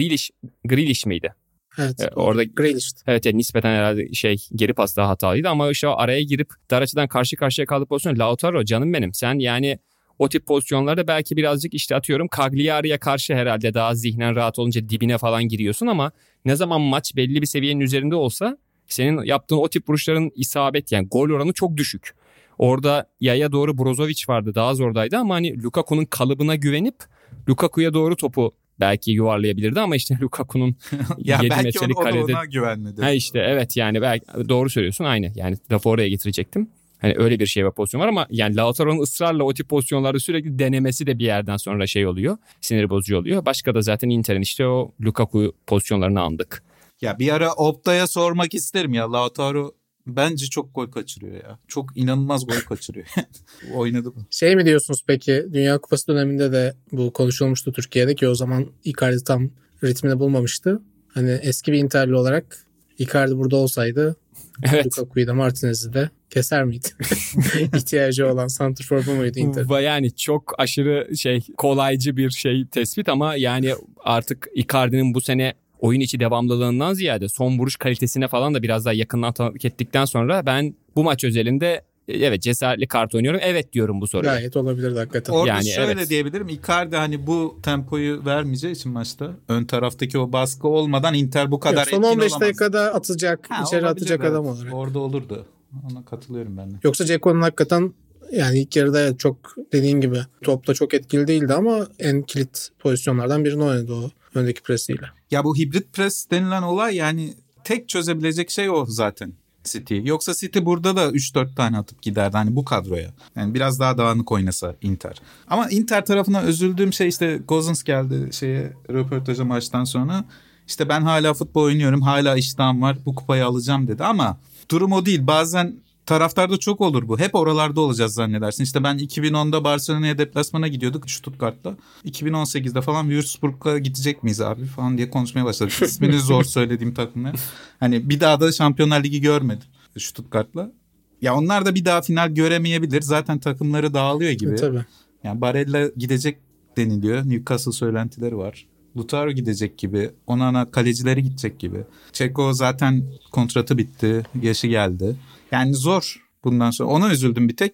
Grealish miydi? Evet. Orada Grealish'ti. Evet nispeten herhalde geri pas daha hatalıydı ama işte o araya girip dar açıdan karşı karşıya kaldığı pozisyon Lautaro canım benim. Sen yani o tip pozisyonlarda belki birazcık işte atıyorum Cagliari'ye karşı herhalde daha zihnen rahat olunca dibine falan giriyorsun ama ne zaman maç belli bir seviyenin üzerinde olsa senin yaptığın o tip vuruşların isabet yani gol oranı çok düşük. Orada yaya doğru Brozovic vardı daha zordaydı ama hani Lukaku'nun kalıbına güvenip Lukaku'ya doğru topu belki yuvarlayabilirdi ama işte Lukaku'nun 7 metrelik kalede. Belki ona güvenmedi. Evet yani belki doğru söylüyorsun aynı yani lafı oraya getirecektim. Hani öyle bir şey var pozisyon var ama yani Lautaro'nun ısrarla o tip pozisyonlarda sürekli denemesi de bir yerden sonra oluyor. Sinir bozucu oluyor. Başka da zaten Inter'in işte o Lukaku pozisyonlarını andık. Ya bir ara Opta'ya sormak isterim ya Lautaro bence çok gol kaçırıyor ya. Çok inanılmaz gol kaçırıyor. Oynadı mı? Mi diyorsunuz peki Dünya Kupası döneminde de bu konuşulmuştu Türkiye'de ki o zaman Icardi tam ritmini bulmamıştı. Hani eski bir Inter'li olarak Icardi burada olsaydı evet. Lukaku'yu da Martinez'i de keser miydi? İhtiyacı olan santrfor bu muydu Inter? Yani çok aşırı kolaycı bir tespit ama yani artık Icardi'nin bu sene oyun içi devamlılığından ziyade son vuruş kalitesine falan da biraz daha yakından tanıklık ettikten sonra ben bu maç özelinde evet cesaretli kart oynuyorum. Evet diyorum bu soruya. Gayet olabilir hakikaten. Orada yani şöyle diyebilirim. Icardi hani bu tempoyu vermeyeceği için maçta ön taraftaki o baskı olmadan Inter bu kadar etkin olamaz. Son 15 olamaz. dakikada atacak, içeri atacak evet. Adam olarak. Orada olurdu. Ona katılıyorum ben de. Yoksa Dzeko'nun hakikaten yani ilk yarıda çok dediğin gibi topta çok etkili değildi ama en kilit pozisyonlardan birini oynadı o öndeki presiyle. Ya bu hibrit pres denilen olay yani tek çözebilecek şey o zaten City. Yoksa City burada da 3-4 tane atıp giderdi hani bu kadroya. Yani biraz daha dağınık oynasa Inter. Ama Inter tarafına üzüldüğüm şey işte Gozens geldi röportaja maçtan sonra. İşte ben hala futbol oynuyorum, hala iştahım var, bu kupayı alacağım dedi ama durum o değil. Bazen taraftarda çok olur bu. Hep oralarda olacağız zannedersin. İşte ben 2010'da Barcelona'ya deplasmana gidiyorduk Stuttgart'ta. 2018'de falan Würzburg'a gidecek miyiz abi falan diye konuşmaya başladık. İsmini zor söylediğim takımlar. Hani bir daha da Şampiyonlar Ligi görmedim Stuttgart'la. Ya onlar da bir daha final göremeyebilir. Zaten takımları dağılıyor gibi. Tabii. Yani Barella gidecek deniliyor. Newcastle söylentileri var. Lautaro gidecek gibi. Onana kalecileri gidecek gibi. Çeko zaten kontratı bitti. Yaşı geldi. Yani zor bundan sonra. Ona üzüldüm bir tek.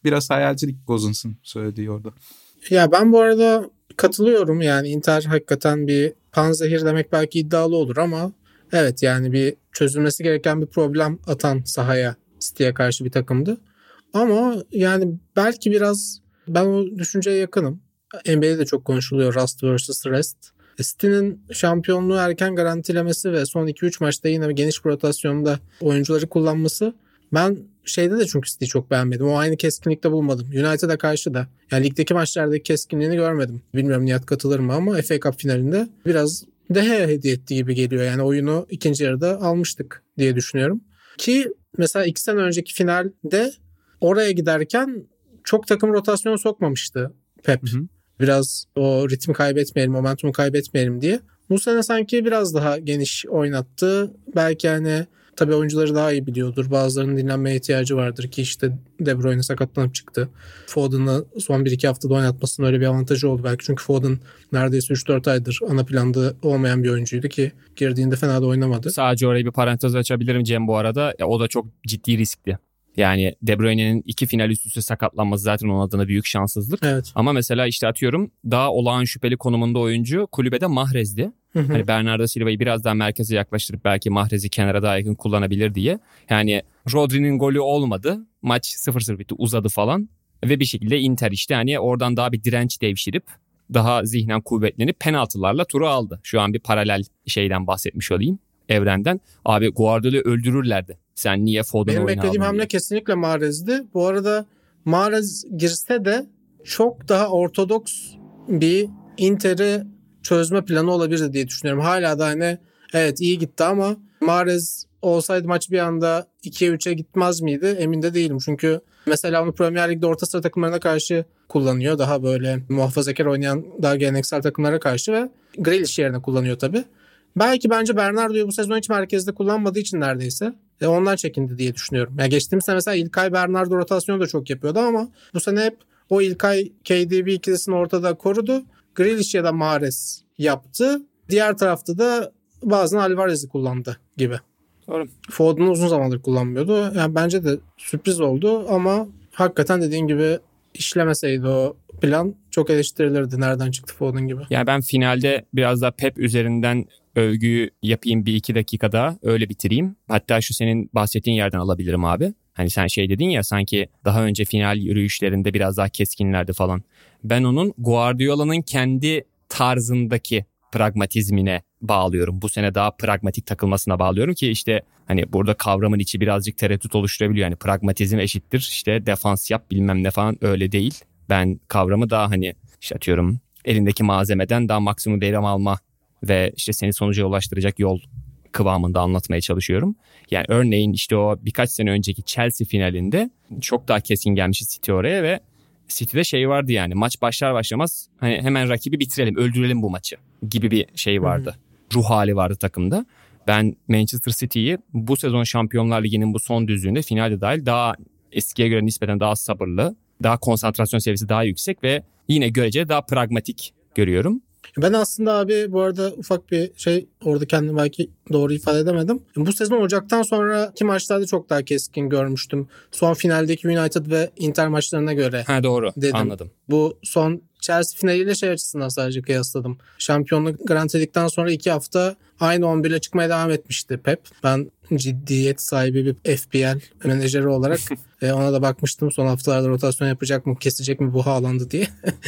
biraz hayalcilik Gozens'ın söylediği orada. Ya ben bu arada katılıyorum. Yani Inter hakikaten bir panzehir demek belki iddialı olur ama evet, yani bir çözülmesi gereken bir problem atan sahaya City'ye karşı bir takımdı. Ama yani belki biraz ben o düşünceye yakınım. NBA'de de çok konuşuluyor Rust vs. Rest. City'nin şampiyonluğu erken garantilemesi ve son 2-3 maçta yine bir geniş bir rotasyonda oyuncuları kullanması. Ben şeyde de çünkü City'yi çok beğenmedim. O aynı keskinlikte bulmadım. United'a karşı da. Yani ligdeki maçlardaki keskinliğini görmedim. Bilmiyorum Nihat katılır mı ama FA Cup finalinde biraz De Gea hediye ettiği gibi geliyor. Yani oyunu ikinci yarıda almıştık diye düşünüyorum. Ki mesela 2 sene önceki finalde oraya giderken çok takım rotasyona sokmamıştı Pep. Hı hı. Biraz o ritmi kaybetmeyelim, momentumu kaybetmeyelim diye. Bu sene sanki biraz daha geniş oynattı. Belki hani tabii oyuncuları daha iyi biliyordur. Bazılarının dinlenmeye ihtiyacı vardır ki işte De Bruyne sakatlanıp çıktı. Foden'ı son 1-2 haftada oynatmasının öyle bir avantajı oldu belki. Çünkü Foden neredeyse 3-4 aydır ana planda olmayan bir oyuncuydu ki girdiğinde fena da oynamadı. Sadece orayı bir parantez açabilirim Cem bu arada. O da çok ciddi riskli. Yani De Bruyne'nin 2 final üst üste sakatlanması zaten onun adına büyük şanssızlık. Evet. Ama mesela işte atıyorum daha olağan şüpheli konumunda oyuncu kulübede Mahrez'di. Hani Bernardo Silva'yı biraz daha merkeze yaklaştırıp belki Mahrez'i kenara daha yakın kullanabilir diye. Yani Rodri'nin golü olmadı. Maç 0-0 bitti, uzadı falan. Ve bir şekilde Inter işte hani oradan daha bir direnç devşirip daha zihnen kuvvetlenip penaltılarla turu aldı. Şu an bir paralel şeyden bahsetmiş olayım. Evrenden. Abi Guardiola'yı öldürürlerdi. Sen niye Foden'ı benim oyuna aldın? beklediğim hamle kesinlikle Mahrez'di. Bu arada Mahrez girse de çok daha ortodoks bir Inter'i çözme planı olabilirdi diye düşünüyorum. Hala da hani evet iyi gitti ama Mahrez olsaydı maç bir anda 2'ye 3'e gitmez miydi? Emin de değilim. Çünkü mesela onu Premier Lig'de orta sıra takımlarına karşı kullanıyor. Daha böyle muhafazakar oynayan daha geleneksel takımlara karşı ve Grealish yerine kullanıyor tabii. Belki bence Bernardo'yu bu sezon hiç merkezde kullanmadığı için neredeyse ondan çekindi diye düşünüyorum. Yani geçtiğimiz sene mesela İlkay Bernardo rotasyonu da çok yapıyordu ama bu sene hep o İlkay KDB ikilisini ortada korudu. Grealish ya da Mahrez yaptı. Diğer tarafta da bazen Alvarez'i kullandı gibi. Doğru. Foden'ı uzun zamandır kullanmıyordu. Yani bence de sürpriz oldu ama hakikaten dediğin gibi işlemeseydi o plan çok eleştirilirdi. Nereden çıktı Foden gibi. Yani ben finalde biraz daha Pep üzerinden övgüyü yapayım 1-2 dakika daha öyle bitireyim. Hatta şu senin bahsettiğin yerden alabilirim abi. Hani sen şey dedin ya sanki daha önce final yürüyüşlerinde biraz daha keskinlerdi falan. Ben onun Guardiola'nın kendi tarzındaki pragmatizmine bağlıyorum. Bu sene daha pragmatik takılmasına bağlıyorum ki işte hani burada kavramın içi birazcık tereddüt oluşturabiliyor. Yani pragmatizm eşittir işte defans yap bilmem ne falan öyle değil. Ben kavramı daha hani işte atıyorum elindeki malzemeden daha maksimum verim alma ve işte seni sonuca ulaştıracak yol kıvamında anlatmaya çalışıyorum. Yani örneğin işte o birkaç sene önceki Chelsea finalinde çok daha keskin gelmişti City oraya ve City'de şey vardı yani maç başlar başlamaz hani hemen rakibi bitirelim, öldürelim bu maçı gibi bir şey vardı. Ruh hali vardı takımda. Ben Manchester City'yi bu sezon Şampiyonlar Ligi'nin bu son düzlüğünde finalde dahil daha eskiye göre nispeten daha sabırlı, daha konsantrasyon seviyesi daha yüksek ve yine görece daha pragmatik görüyorum. Ben aslında abi bu arada ufak bir şey orada kendimi belki doğru ifade edemedim. Bu sezon Ocak'tan sonraki maçlarda çok daha keskin görmüştüm. Son finaldeki United ve Inter maçlarına göre. Ha doğru dedim. Anladım. Bu son Chelsea finaliyle şey açısından sadece kıyasladım. Şampiyonluk garantiledikten sonra 2 hafta aynı 11'le çıkmaya devam etmişti Pep. Ben ciddiyet sahibi bir FPL menajeri olarak ona da bakmıştım. Son haftalarda rotasyon yapacak mı, kesecek mi bu Haaland'ı diye.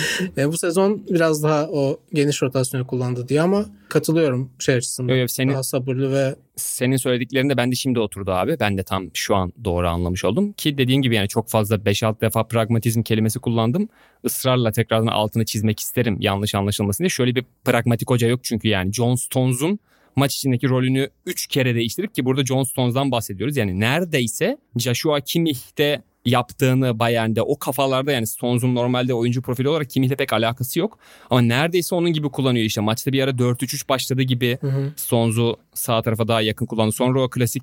Bu sezon biraz daha o geniş rotasyonu kullandı diye ama katılıyorum şey açısından. Daha sabırlı ve... Senin söylediklerinde ben de şimdi oturdu abi. Ben de tam şu an doğru anlamış oldum. Ki dediğin gibi yani çok fazla 5-6 defa pragmatizm kelimesi kullandım. Israrla tekrardan altını çizmek isterim yanlış anlaşılmasın diye. Şöyle bir pragmatik hoca yok çünkü yani John Stones'un maç içindeki rolünü 3 kere değiştirip ki burada John Stones'dan bahsediyoruz. Yani neredeyse Joshua Kimmich'te yaptığını Bayern'de o kafalarda yani Stones'un normalde oyuncu profili olarak Kimmich'le pek alakası yok. Ama neredeyse onun gibi kullanıyor işte. Maçta bir ara 4-3-3 başladı gibi Stones'u sağ tarafa daha yakın kullandı. Sonra o klasik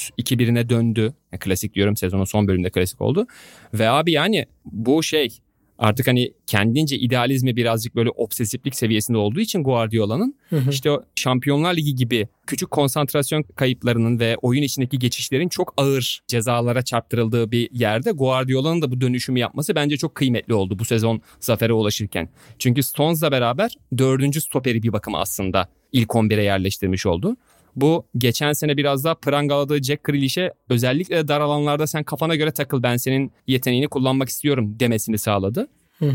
3-4-2-1'ine döndü. Yani klasik diyorum sezonun son bölümünde klasik oldu. Ve abi yani bu şey artık hani kendince idealizmi birazcık böyle obsesiflik seviyesinde olduğu için Guardiola'nın işte o Şampiyonlar Ligi gibi küçük konsantrasyon kayıplarının ve oyun içindeki geçişlerin çok ağır cezalara çarptırıldığı bir yerde Guardiola'nın da bu dönüşümü yapması bence çok kıymetli oldu bu sezon zafere ulaşırken. Çünkü Stones'la beraber 4. stoperi bir bakıma aslında ilk 11'e yerleştirmiş oldu. Bu geçen sene biraz daha prangaladığı Jack Grealish'e özellikle de dar alanlarda sen kafana göre takıl, ben senin yeteneğini kullanmak istiyorum demesini sağladı.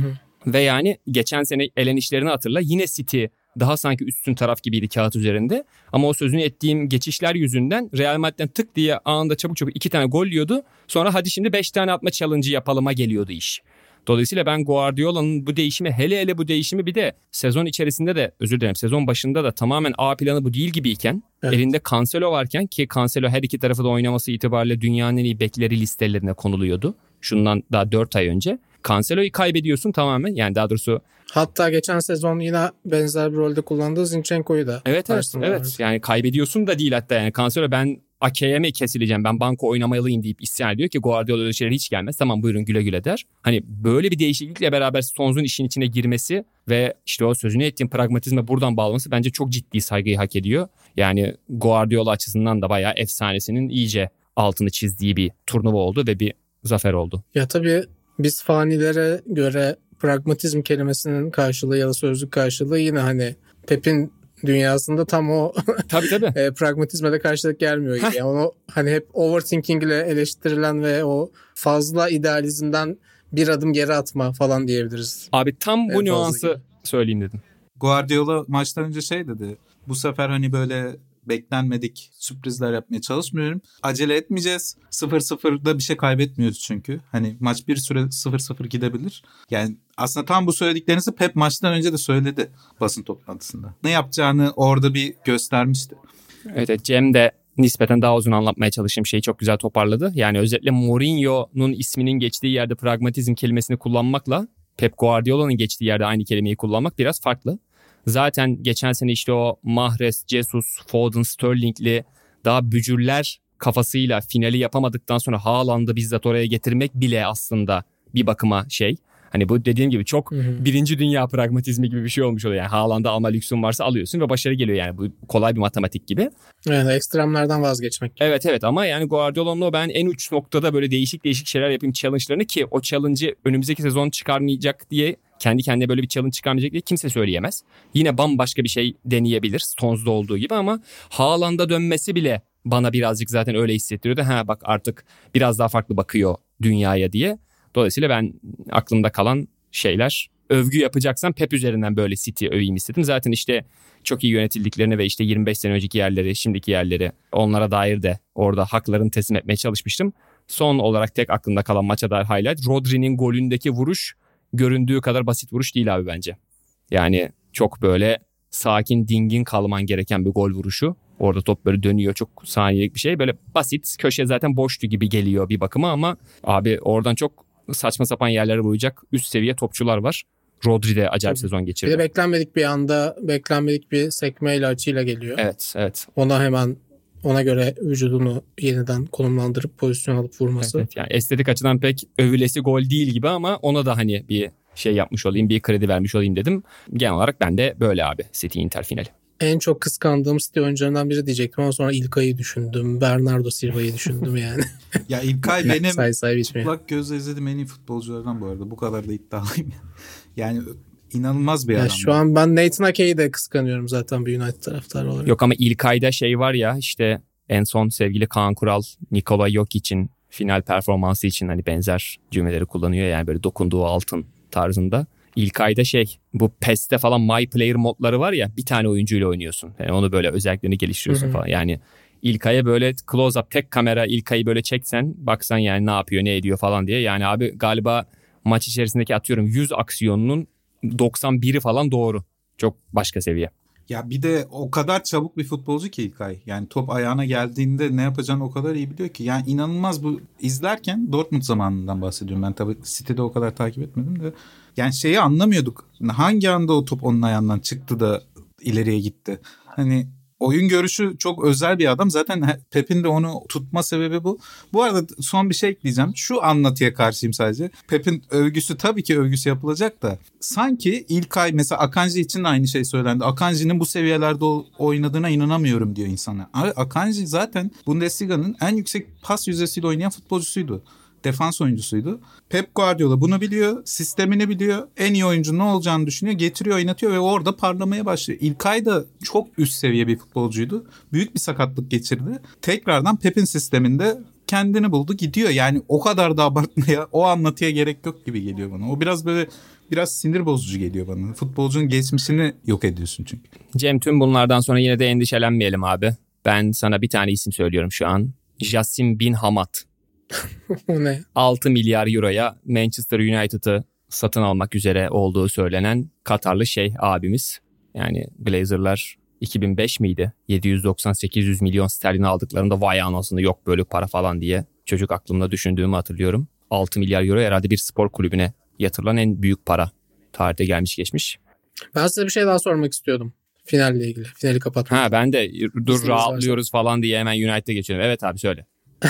Ve yani geçen sene elenişlerini hatırla, yine City daha sanki üstün taraf gibiydi kağıt üzerinde. Ama o sözünü ettiğim geçişler yüzünden Real Madrid'den tık diye anında çabuk 2 tane gol yiyordu. Sonra hadi şimdi 5 tane atma challenge'ı yapalıma geliyordu iş. Dolayısıyla ben Guardiola'nın bu değişimi, hele bu değişimi bir de sezon içerisinde de, özür dilerim, sezon başında da tamamen A planı bu değil gibiyken, evet, elinde Cancelo varken, ki Cancelo her iki tarafı da oynaması itibariyle dünyanın en iyi bekleri listelerine konuluyordu. Şundan daha 4 ay önce. Cancelo'yu kaybediyorsun tamamen, yani daha doğrusu. Hatta geçen sezon yine benzer bir rolde kullandığı Zinchenko'yu da. Evet yani kaybediyorsun da değil hatta, yani Cancelo ben Ake'ye mi kesileceğim, ben banko oynamalıyım deyip isyan ediyor ki Guardiola öyle şeyler hiç gelmez. Tamam buyurun güle güle der. Hani böyle bir değişiklikle beraber Stones'un işin içine girmesi ve işte o sözünü ettiğim pragmatizme buradan bağlaması bence çok ciddi saygıyı hak ediyor. Yani Guardiola açısından da bayağı efsanesinin iyice altını çizdiği bir turnuva oldu ve bir zafer oldu. Ya tabii biz fanilere göre pragmatizm kelimesinin karşılığı ya da sözlük karşılığı yine hani Pep'in dünyasında tam o tabii. Pragmatizme de karşılık gelmiyor gibi. Yani onu hani hep overthinking ile eleştirilen ve o fazla idealizmden bir adım geri atma falan diyebiliriz. Abi tam bu nüansı söyleyeyim dedim. Guardiola maçtan önce şey dedi. Bu sefer hani böyle beklenmedik sürprizler yapmaya çalışmıyorum. Acele etmeyeceğiz. 0-0'da bir şey kaybetmiyoruz çünkü. Hani maç bir süre 0-0 gidebilir. Yani aslında tam bu söylediklerinizi Pep maçtan önce de söyledi basın toplantısında. Ne yapacağını orada bir göstermişti. Evet, Cem de nispeten daha uzun anlatmaya çalıştığım şeyi çok güzel toparladı. Yani özellikle Mourinho'nun isminin geçtiği yerde pragmatizm kelimesini kullanmakla Pep Guardiola'nın geçtiği yerde aynı kelimeyi kullanmak biraz farklı. Zaten geçen sene işte o Mahrez, Jesus, Foden, Sterling'li daha bücürler kafasıyla finali yapamadıktan sonra Haaland'ı bizzat oraya getirmek bile aslında bir bakıma şey. Hani bu dediğim gibi çok birinci dünya pragmatizmi gibi bir şey olmuş oluyor. Yani Haaland'ı alma lüksün varsa alıyorsun ve başarı geliyor, yani bu kolay bir matematik gibi. Yani ekstremlerden vazgeçmek. Evet ama yani Guardiola'nın o ben en uç noktada böyle değişik şeyler yapayım challenge'larını, ki o challenge'ı önümüzdeki sezon çıkarmayacak diye, kendi kendine böyle bir challenge çıkarmayacak diye kimse söyleyemez. Yine bambaşka bir şey deneyebilir Stones'da olduğu gibi, ama Haaland'a dönmesi bile bana birazcık zaten öyle hissettiriyordu. Ha bak artık biraz daha farklı bakıyor dünyaya diye. Dolayısıyla ben aklımda kalan şeyler, övgü yapacaksam Pep üzerinden böyle City öveyim istedim. Zaten işte çok iyi yönetildiklerini ve işte 25 sene önceki yerleri, şimdiki yerleri, onlara dair de orada haklarını teslim etmeye çalışmıştım. Son olarak tek aklımda kalan maça dair highlight, Rodri'nin golündeki vuruş göründüğü kadar basit vuruş değil abi bence. Yani çok böyle sakin, dingin kalman gereken bir gol vuruşu. Orada top böyle dönüyor, çok saniyelik bir şey. Böyle basit, köşe zaten boştu gibi geliyor bir bakıma, ama abi oradan çok saçma sapan yerlere vuracak üst seviye topçular var. Rodri de acayip sezon geçirdi. Bir de beklenmedik bir anda, beklenmedik bir sekmeyle, açıyla geliyor. Evet. Ona hemen ona göre vücudunu yeniden konumlandırıp pozisyon alıp vurması. Evet, yani estetik açıdan pek övülesi gol değil gibi, ama ona da hani bir şey yapmış olayım, bir kredi vermiş olayım dedim. Genel olarak ben de böyle abi City Inter finali. En çok kıskandığım City oyuncularından biri diyecektim ama sonra İlkay'ı düşündüm. Bernardo Silva'yı düşündüm yani. Ya İlkay benim say çıplak gözle izlediğim en iyi futbolculardan bu arada. Bu kadar da iddialıyım. Yani inanılmaz bir adam. Şu an ben Nathan Ake'yi de kıskanıyorum zaten bir United taraftarı olarak. Yok ama İlkay'da şey var ya, işte en son sevgili Kaan Kural, Nikola Jokic'in final performansı için hani benzer cümleleri kullanıyor. Yani böyle dokunduğu altın tarzında. İlkay'da bu PES'te falan My Player modları var ya, bir tane oyuncuyla oynuyorsun. Yani onu böyle özelliklerini geliştiriyorsun falan. Yani İlkay'a böyle close up, tek kamera İlkay'ı böyle çeksen, baksan yani ne yapıyor ne ediyor falan diye. Yani abi galiba maç içerisindeki atıyorum 100 aksiyonunun 91'i falan doğru. Çok başka seviye. Ya bir de o kadar çabuk bir futbolcu ki İlkay. Yani top ayağına geldiğinde ne yapacağını o kadar iyi biliyor ki. Yani inanılmaz, bu izlerken Dortmund zamanından bahsediyorum. Ben tabii City'de o kadar takip etmedim de. Yani şeyi anlamıyorduk. Hangi anda o top onun ayağından çıktı da ileriye gitti. Hani oyun görüşü çok özel bir adam. Zaten Pep'in de onu tutma sebebi bu. Bu arada son bir şey ekleyeceğim. Şu anlatıya karşıyım sadece. Pep'in övgüsü tabii ki övgüsü yapılacak da sanki İlkay mesela Akanji için de aynı şey söylendi. Akanji'nin bu seviyelerde oynadığına inanamıyorum diyor insanlar. Abi Akanji zaten Bundesliga'nın en yüksek pas yüzdesiyle oynayan futbolcusuydu. Defans oyuncusuydu. Pep Guardiola bunu biliyor. Sistemini biliyor. En iyi oyuncu ne olacağını düşünüyor. Getiriyor, oynatıyor ve orada parlamaya başlıyor. İlkay da çok üst seviye bir futbolcuydu. Büyük bir sakatlık geçirdi. Tekrardan Pep'in sisteminde kendini buldu, gidiyor. Yani o kadar da abartmaya, o anlatıya gerek yok gibi geliyor bana. O biraz sinir bozucu geliyor bana. Futbolcunun geçmişini yok ediyorsun çünkü. Cem, tüm bunlardan sonra yine de endişelenmeyelim abi. Ben sana bir tane isim söylüyorum şu an. Jassim Bin Hamad. O ne? 6 milyar euroya Manchester United'ı satın almak üzere olduğu söylenen Katarlı abimiz. Yani Glazer'lar 2005 miydi? 790-800 milyon sterlin aldıklarında vay anasını yok böyle para falan diye çocuk aklımda düşündüğümü hatırlıyorum. 6 milyar euro herhalde bir spor kulübüne yatırılan en büyük para. Tarihte gelmiş geçmiş. Ben size bir şey daha sormak istiyordum. Finalle ilgili. Finali kapatmak. Ben de rahatlıyoruz falan diye hemen United'a geçiyorum. Evet abi söyle.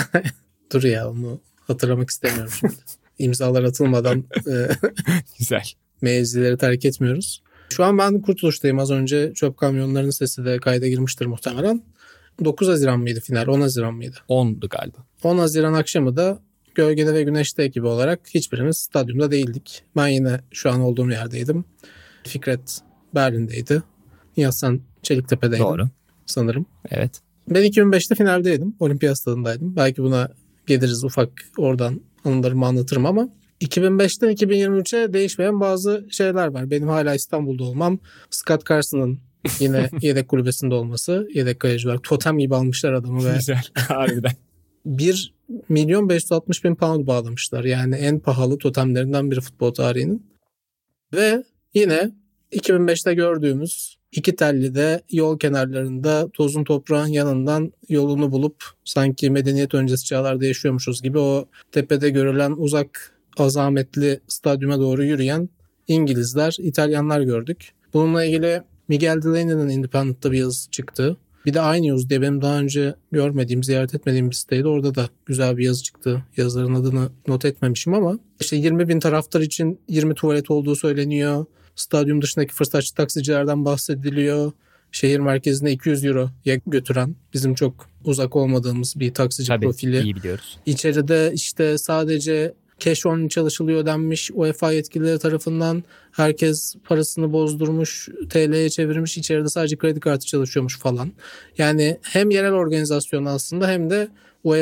Dur ya, onu hatırlamak istemiyorum şimdi. İmzalar atılmadan Güzel. mevzileri terk etmiyoruz. Şu an ben Kurtuluş'tayım. Az önce çöp kamyonlarının sesi de kayda girmiştir muhtemelen. 9 Haziran mıydı final? 10 Haziran mıydı? 10'du galiba. 10 Haziran akşamı da Gölgede ve Güneş'te ekibi olarak hiçbirimiz stadyumda değildik. Ben yine şu an olduğum yerdeydim. Fikret Berlin'deydi. Nihat sen Çeliktepe'deydin. Doğru. Sanırım. Evet. Ben 2005'te finaldeydim. Olimpiyat stadındaydım. Belki buna geliriz, ufak oradan anılarımı anlatırım ama 2005'ten 2023'e değişmeyen bazı şeyler var. Benim hala İstanbul'da olmam. Scott Carson'ın yine yedek kulübesinde olması. Yedek kaleci olarak totem gibi almışlar adamı ve Güzel. Harbiden. 1.560.000 pound bağlamışlar. Yani en pahalı totemlerinden biri futbol tarihinin. Ve yine 2005'te gördüğümüz iki telli de yol kenarlarında tozun toprağın yanından yolunu bulup sanki medeniyet öncesi çağlarda yaşıyormuşuz gibi o tepede görülen uzak azametli stadyuma doğru yürüyen İngilizler, İtalyanlar gördük. Bununla ilgili Miguel Delaney'nin Independent'ta bir yazı çıktı. Bir de iNews diye benim daha önce görmediğim, ziyaret etmediğim bir siteydi. Orada da güzel bir yazı çıktı. Yazarın adını not etmemişim ama işte 20.000 taraftar için 20 tuvalet olduğu söyleniyor. Stadyum dışındaki fırsatçı taksicilerden bahsediliyor. Şehir merkezine 200 euroya götüren, bizim çok uzak olmadığımız bir taksici Tabii, profili. iyi biliyoruz. İçeride işte sadece cash on çalışılıyor denmiş. UEFA yetkilileri tarafından herkes parasını bozdurmuş, TL'ye çevirmiş. İçeride sadece kredi kartı çalışıyormuş falan. Yani hem yerel organizasyon aslında hem de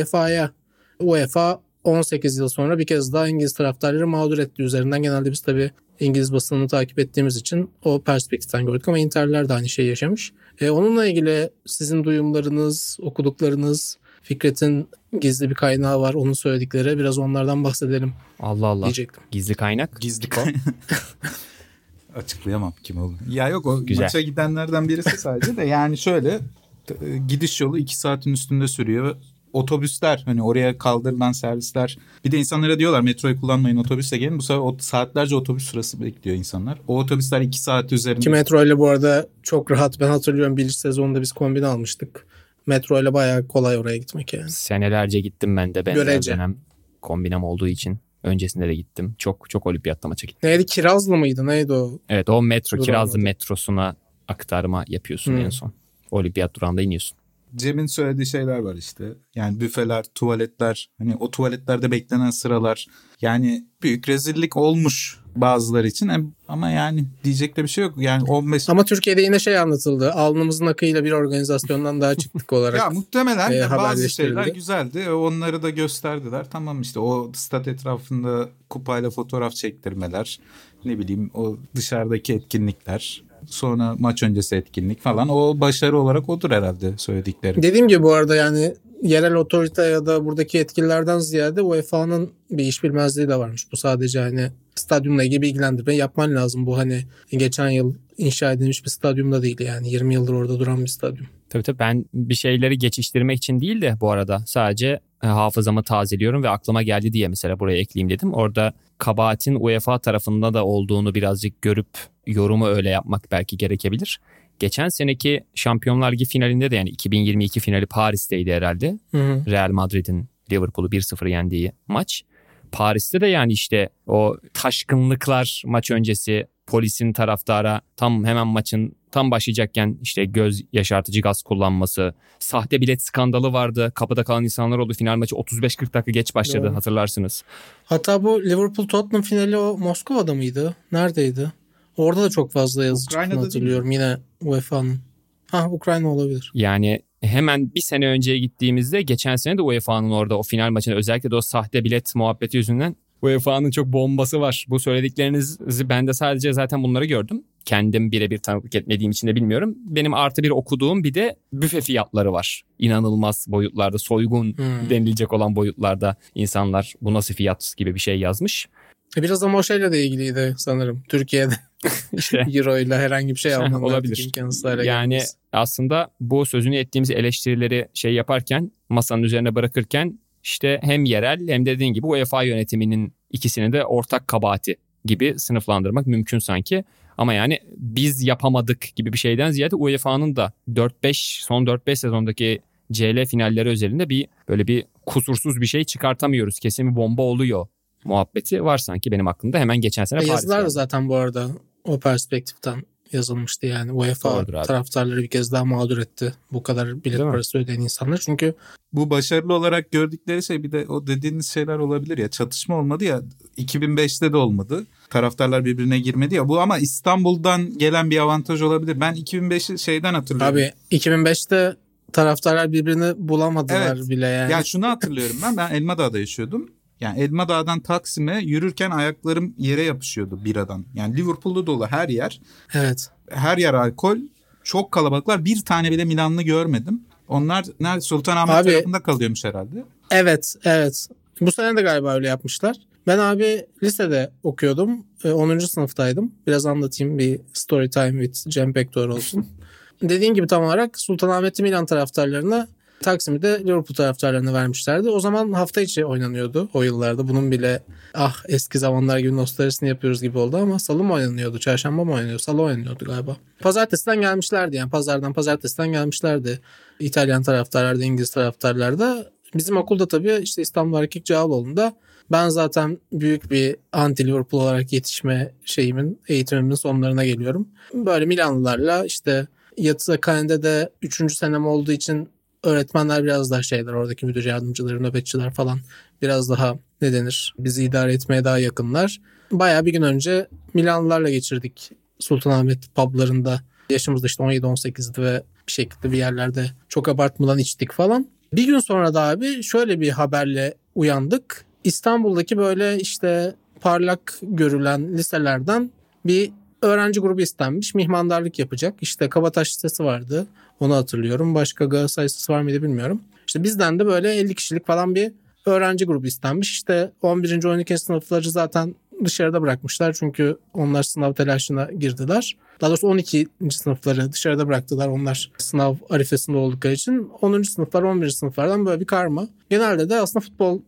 UEFA 18 yıl sonra bir kez daha İngiliz taraftarları mağdur etti üzerinden. Genelde biz tabii İngiliz basınını takip ettiğimiz için o perspektiften gördük ama Inter'ler de aynı şeyi yaşamış. Onunla ilgili sizin duyumlarınız, okuduklarınız, Fikret'in gizli bir kaynağı var, onun söyledikleri, biraz onlardan bahsedelim. Allah Allah. Diyecektim. Gizli kaynak. Gizli kaynak. Açıklayamam kim olduğunu. Ya yok, o Güzel. maça gidenlerden birisi sadece de yani şöyle gidiş yolu 2 saatin üstünde sürüyor. Otobüsler, hani oraya kaldırılan servisler, bir de insanlara diyorlar metroyu kullanmayın, otobüse gelin. Bu sefer saatlerce otobüs sırası bekliyor insanlar. O otobüsler 2 saat üzerinde. Ki metro ile bu arada çok rahat, ben hatırlıyorum birinci sezonda biz kombine almıştık. Metro ile bayağı kolay oraya gitmek yani. Senelerce gittim ben de benzer Görece. dönem kombinem olduğu için. Öncesinde de gittim. Çok olimpiyatta maça gittim. Neydi, Kirazlı mıydı, neydi o? Evet, o metro, Dur, Kirazlı anladım. metrosuna aktarma yapıyorsun en son. Olimpiyat durağında iniyorsun. Cem'in söylediği şeyler var işte. Yani büfeler, tuvaletler, hani o tuvaletlerde beklenen sıralar. Yani büyük rezillik olmuş bazıları için. Ama yani diyecek de bir şey yok. Yani 15... Ama Türkiye'de yine şey anlatıldı. Alnımızın akıyla bir organizasyondan daha çıktık olarak. Ya muhtemelen bazı haberleştirildi. şeyler güzeldi. Onları da gösterdiler. Tamam, işte o stat etrafında kupayla fotoğraf çektirmeler. Ne bileyim, o dışarıdaki etkinlikler. Sonra maç öncesi etkinlik falan. O başarı olarak odur herhalde söylediklerim. Dediğim gibi bu arada yani yerel otorite ya da buradaki yetkililerden ziyade UEFA'nın bir iş bilmezliği de varmış. Bu sadece hani stadyumla ilgili bilgilendirme yapman lazım. Bu hani geçen yıl inşa edilmiş bir stadyumda değil yani 20 yıldır orada duran bir stadyum. Tabii ben bir şeyleri geçiştirmek için değil de bu arada sadece hafızamı tazeliyorum ve aklıma geldi diye mesela buraya ekleyeyim dedim. Orada kabahatin UEFA tarafında da olduğunu birazcık görüp yorumu öyle yapmak belki gerekebilir. geçen seneki Şampiyonlar Ligi finalinde de yani 2022 finali Paris'teydi herhalde. Hı. Real Madrid'in Liverpool'u 1-0 yendiği maç. Paris'te de yani işte o taşkınlıklar maç öncesi polisin taraftara hemen maçın tam başlayacakken işte göz yaşartıcı gaz kullanması, sahte bilet skandalı vardı. Kapıda kalan insanlar oldu. Final maçı 35-40 dakika geç başladı, Doğru. Hatırlarsınız. Hatta bu Liverpool-Tottenham finali o Moskova'da mıydı? Neredeydi? Orada da çok fazla yazı çıktığını hatırlıyorum. Yine UEFA'nın. Ukrayna olabilir. Yani hemen bir sene önceye gittiğimizde geçen sene de UEFA'nın orada o final maçında özellikle de o sahte bilet muhabbeti yüzünden UEFA'nın çok bombası var. Bu söylediklerinizi ben de sadece zaten bunları gördüm. Kendim birebir tanıklık etmediğim için de bilmiyorum. Benim artı bir okuduğum bir de büfe fiyatları var. İnanılmaz boyutlarda, soygun denilecek olan boyutlarda insanlar bu nasıl fiyat gibi bir şey yazmış. Biraz ama o şeyle de ilgiliydi sanırım. Türkiye'de İşte Euro ile herhangi bir şey almanın olabilir. imkansız hale yani gelmesi. aslında bu sözünü ettiğimiz eleştirileri yaparken, masanın üzerine bırakırken işte hem yerel hem de dediğin gibi UEFA yönetiminin ikisini de ortak kabahati gibi sınıflandırmak mümkün sanki. Ama yani biz yapamadık gibi bir şeyden ziyade UEFA'nın da son 4-5 sezondaki CL finalleri özelinde böyle bir kusursuz bir şey çıkartamıyoruz. Kesin bir bomba oluyor muhabbeti var sanki benim aklımda. Hemen geçen sene Paris. Yazılar da zaten bu arada o perspektiften yazılmıştı yani. UEFA taraftarları bir kez daha mağdur etti. Bu kadar bilet parası ödeyen insanlar. Çünkü bu başarılı olarak gördükleri şey bir de o dediğiniz şeyler olabilir ya. Çatışma olmadı ya. 2005'te de olmadı. Taraftarlar birbirine girmedi ya. Bu ama İstanbul'dan gelen bir avantaj olabilir. Ben 2005'i şeyden hatırlıyorum. Abi 2005'te taraftarlar birbirini bulamadılar bile yani. Ya şunu hatırlıyorum ben. Ben Elmadağ'da yaşıyordum. Yani Elmadağ'dan Taksim'e yürürken ayaklarım yere yapışıyordu biradan. Yani Liverpool'da dolu her yer. Evet. Her yer alkol. Çok kalabalıklar. Bir tane bile Milanlı görmedim. Onlar Sultanahmet tarafında kalıyormuş herhalde. Evet. Bu sene de galiba öyle yapmışlar. Ben abi lisede okuyordum. 10. sınıftaydım. Biraz anlatayım, bir story time with Cem Pektor olsun. Dediğin gibi tam olarak Sultanahmet'i Milan taraftarlarına, Taksim'i de Liverpool taraftarlarına vermişlerdi. O zaman hafta içi oynanıyordu o yıllarda. Bunun bile eski zamanlar gibi nostaljisini yapıyoruz gibi oldu ama salı mı oynanıyordu, çarşamba mı oynanıyordu, salı oynanıyordu galiba. Pazartesiden gelmişlerdi yani, pazartesiden gelmişlerdi. İtalyan taraftarlar da, İngiliz taraftarlar da. Bizim okulda tabii işte İstanbul Erkek Cağaloğlu'nda ben zaten büyük bir anti Liverpool olarak yetişme eğitimimin sonlarına geliyorum. Böyle Milanlılarla işte Yatıkhane'de de 3. senem olduğu için öğretmenler biraz daha oradaki müdür yardımcıları, nöbetçiler falan biraz daha bizi idare etmeye daha yakınlar. Bayağı bir gün önce Milanlılarla geçirdik Sultanahmet publarında. Yaşımız da işte 17-18'di ve bir şekilde bir yerlerde çok abartmadan içtik falan. Bir gün sonra da abi şöyle bir haberle uyandık. İstanbul'daki böyle işte parlak görülen liselerden bir öğrenci grubu istenmiş. Mihmandarlık yapacak. İşte Kabataş Lisesi vardı. Onu hatırlıyorum. Başka Galatasaray Lisesi var mıydı bilmiyorum. İşte bizden de böyle 50 kişilik falan bir öğrenci grubu istenmiş. İşte 11. 12. sınıfları zaten dışarıda bırakmışlar. Çünkü onlar sınav telaşına girdiler. Daha doğrusu 12. sınıfları dışarıda bıraktılar. Onlar sınav arifesinde oldukları için. 10. sınıflar, 11. sınıflardan böyle bir karma. Genelde de aslında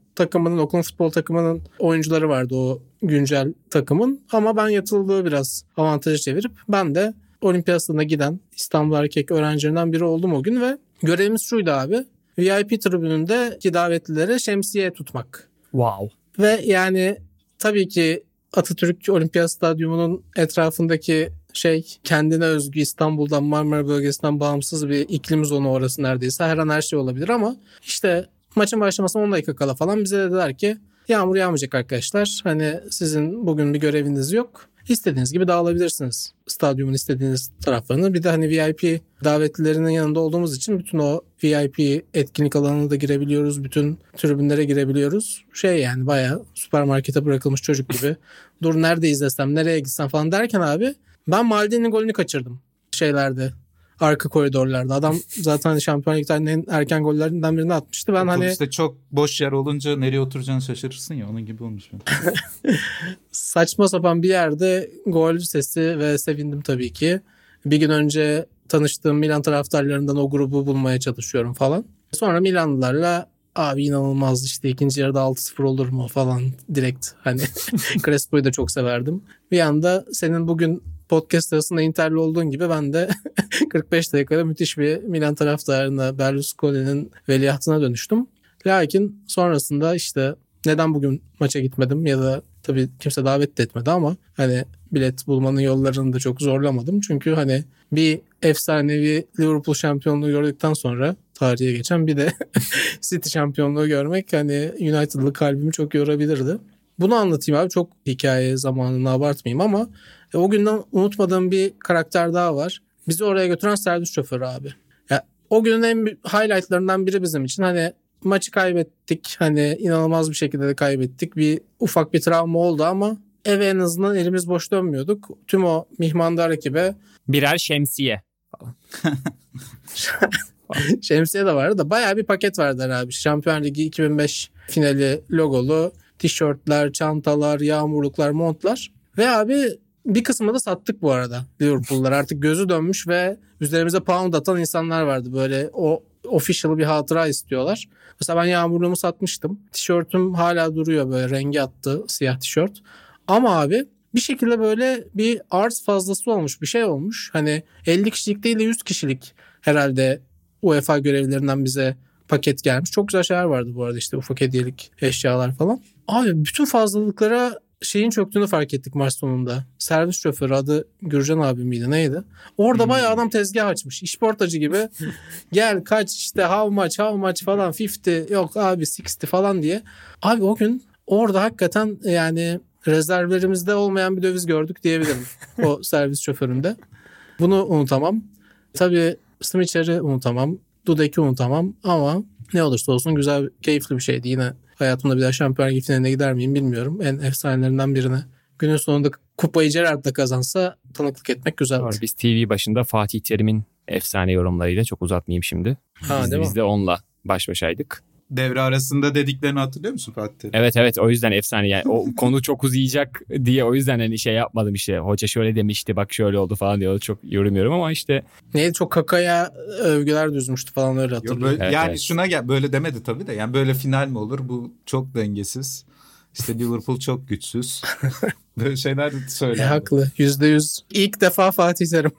okulun futbol takımının oyuncuları vardı o güncel takımın. Ama ben yatıldığı biraz avantajı çevirip ben de olimpiyatına giden İstanbul Erkek öğrencilerinden biri oldum o gün ve görevimiz şuydu abi. VIP tribünündeki davetlilere şemsiye tutmak. Wow. Ve yani tabii ki Atatürk Olimpiyat Stadyumu'nun etrafındaki kendine özgü İstanbul'dan, Marmara bölgesinden bağımsız bir iklim zonu orası neredeyse. Her an her şey olabilir ama işte maçın başlamasına 10 dakika kala falan bize dediler ki yağmur yağmayacak arkadaşlar. Hani sizin bugün bir göreviniz yok. İstediğiniz gibi dağılabilirsiniz stadyumun istediğiniz taraflarını. Bir de hani VIP davetlilerinin yanında olduğumuz için bütün o VIP etkinlik alanına da girebiliyoruz. Bütün tribünlere girebiliyoruz. Yani bayağı süpermarkete bırakılmış çocuk gibi. Dur nerede izlesem, nereye gitsem falan derken abi ben Maldini'nin golünü kaçırdım. Arka koridorlarda. Adam zaten Şampiyonlar Ligi'nin en erken gollerinden birini atmıştı. Ben Otobüste çok boş yer olunca nereye oturacağını şaşırırsın ya, onun gibi olmuş. Saçma sapan bir yerde gol sesi ve sevindim tabii ki. Bir gün önce tanıştığım Milan taraftarlarından o grubu bulmaya çalışıyorum falan. Sonra Milanlılarla abi inanılmaz işte ikinci yarıda 6-0 olur mu falan direkt hani Crespo'yu da çok severdim. Bir anda senin bugün podcast arasında Inter'li olduğun gibi ben de 45 dakikada müthiş bir Milan taraftarına, Berlusconi'nin veliahtına dönüştüm. Lakin sonrasında işte neden bugün maça gitmedim ya da tabii kimse davet de etmedi ama hani bilet bulmanın yollarını da çok zorlamadım. Çünkü hani bir efsanevi Liverpool şampiyonluğu gördükten sonra tarihe geçen bir de City şampiyonluğu görmek hani United'lı kalbimi çok yorabilirdi. Bunu anlatayım abi, çok hikaye zamanını abartmayayım ama o günden unutmadığım bir karakter daha var. Bizi oraya götüren servis şoförü abi. Ya, o günün en highlightlarından biri bizim için hani maçı kaybettik, hani inanılmaz bir şekilde de kaybettik. Bir ufak bir travma oldu ama eve en azından elimiz boş dönmüyorduk. Tüm o mihmandar ekibe birer şemsiye. Şemsiye de vardı da bayağı bir paket verdiler abi. Şampiyon Ligi 2005 finali logolu tişörtler, çantalar, yağmurluklar, montlar. Ve abi bir kısmını da sattık bu arada. Liverpool'lar artık gözü dönmüş ve üzerimize pound atan insanlar vardı. Böyle o official bir hatıra istiyorlar. Mesela ben yağmurluğumu satmıştım. Tişörtüm hala duruyor, böyle rengi attı, siyah tişört. Ama abi bir şekilde böyle bir arz fazlası olmuş, bir şey olmuş. Hani 50 kişilik değil de 100 kişilik herhalde UEFA görevlilerinden bize paket gelmiş. Çok güzel şeyler vardı bu arada, işte ufak hediyelik eşyalar falan. Abi bütün fazlalıklara şeyin çöktüğünü fark ettik maç sonunda. Servis şoförü, adı Gürcan abi miydi neydi? Orada bayağı adam tezgah açmış. İşportacı gibi gel kaç işte how much falan 50 yok abi 60 falan diye. Abi o gün orada hakikaten yani rezervlerimizde olmayan bir döviz gördük diyebilirim o servis şoföründe. Bunu unutamam. Tabii Smicher'i unutamam. Dudek'i unutamam ama ne olursa olsun güzel, keyifli bir şeydi. Yine hayatımda bir daha Şampiyonlar Ligi finaline gider miyim bilmiyorum. En efsanelerinden birine. Günün sonunda kupayı Gerrard'da kazansa tanıklık etmek güzeldi. Doğru, biz TV başında Fatih Terim'in efsane yorumlarıyla, çok uzatmayayım şimdi. Biz de onunla baş başaydık. Devre arasında dediklerini hatırlıyor musun Fatih? Evet o yüzden efsane yani o konu çok uzayacak diye o yüzden hani şey yapmadım, işte hoca şöyle demişti bak şöyle oldu falan diye çok yorumluyorum ama işte. Neydi, çok kakaya övgüler düzmüştü falan, öyle hatırlıyorum. Böyle, evet, yani evet. Şuna gel, böyle demedi tabii de yani böyle final mi olur, bu çok dengesiz. İşte Liverpool çok güçsüz. Böyle şeyler söylendi. Haklı, %100 ilk defa Fatih Terim.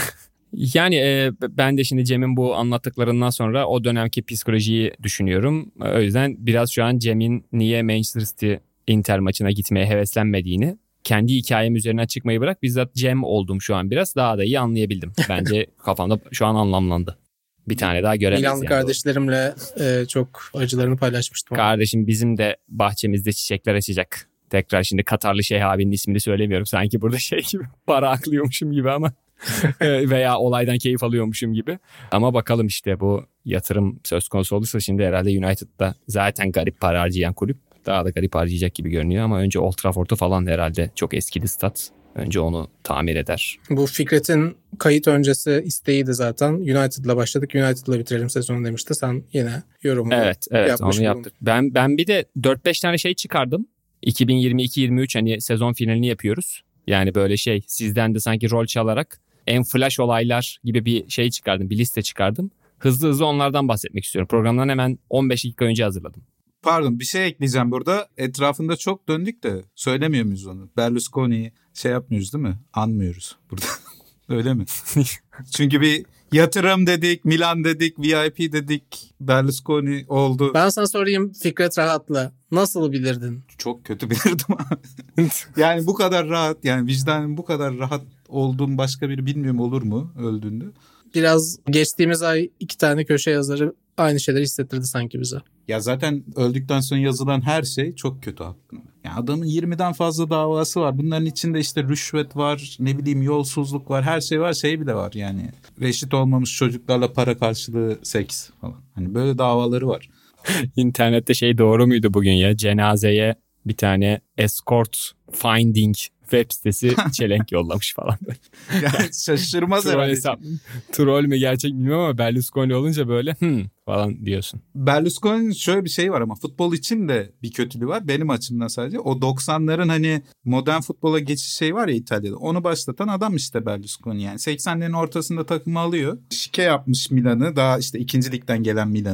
Yani ben de şimdi Cem'in bu anlattıklarından sonra o dönemki psikolojiyi düşünüyorum. O yüzden biraz şu an Cem'in niye Manchester City Inter maçına gitmeye heveslenmediğini, kendi hikayem üzerinden çıkmayı bırak bizzat Cem oldum şu an, biraz daha da iyi anlayabildim. Bence kafamda şu an anlamlandı. Bir tane daha göremeyiz. Milanlı kardeşlerimle çok acılarını paylaşmıştım. Kardeşim bizim de bahçemizde çiçekler açacak. Tekrar şimdi Katarlı Şeyh abinin ismini söylemiyorum. Sanki burada şey gibi para aklıyormuşum gibi ama veya olaydan keyif alıyormuşum gibi. Ama bakalım işte bu yatırım söz konusu olursa şimdi herhalde United'da zaten garip para harcayan kulüp daha da garip harcayacak gibi görünüyor ama önce Old Trafford'u falan herhalde çok eskidi stat. Önce onu tamir eder. Bu Fikret'in kayıt öncesi isteğiydi zaten. United'la başladık, United'la bitirelim sezonu demişti. Sen yine yorumunu Evet onu yaptık. Ben bir de 4-5 tane şey çıkardım. 2022-23 hani sezon finalini yapıyoruz. Yani böyle şey, sizden de sanki rol çalarak en flash olaylar gibi bir şey çıkardım. Bir liste çıkardım. Hızlı onlardan bahsetmek istiyorum. Programdan hemen 15 dakika önce hazırladım. Pardon, bir şey ekleyeceğim burada. Etrafında çok döndük de söylemiyor muyuz onu? Berlusconi'yi şey yapmıyoruz değil mi? Anmıyoruz burada. Öyle mi? Çünkü bir yatırım dedik, Milan dedik, VIP dedik, Berlusconi oldu. Ben sana sorayım Fikret rahatla. Nasıl bilirdin? Çok kötü bilirdim abi. Yani bu kadar rahat, yani vicdanım bu kadar rahat olduğum başka biri bilmiyorum olur mu öldüğünde? Biraz geçtiğimiz ay 2 tane köşe yazarı aynı şeyleri hissettirdi sanki bize. Ya zaten öldükten sonra yazılan her şey çok kötü hakkında. Yani adamın 20'den fazla davası var. Bunların içinde işte rüşvet var, ne bileyim yolsuzluk var, her şey var, şey bile var yani. Reşit olmamış çocuklarla para karşılığı seks falan. Hani böyle davaları var. İnternette şey doğru muydu bugün ya? Cenazeye bir tane escort finding web sitesi çelenk yollamış falan. Yani şaşırmaz herhalde. Troll mü gerçek bilmiyorum ama Berlusconi olunca böyle falan diyorsun. Berlusconi'nin şöyle bir şey var ama futbol için de bir kötülüğü var. Benim açımdan sadece. O 90'ların hani modern futbola geçiş şey var ya İtalya'da. Onu başlatan adam işte Berlusconi yani. 80'lerin ortasında takımı alıyor. Şike yapmış Milan'ı. Daha işte 2. ligden gelen Milan'ı.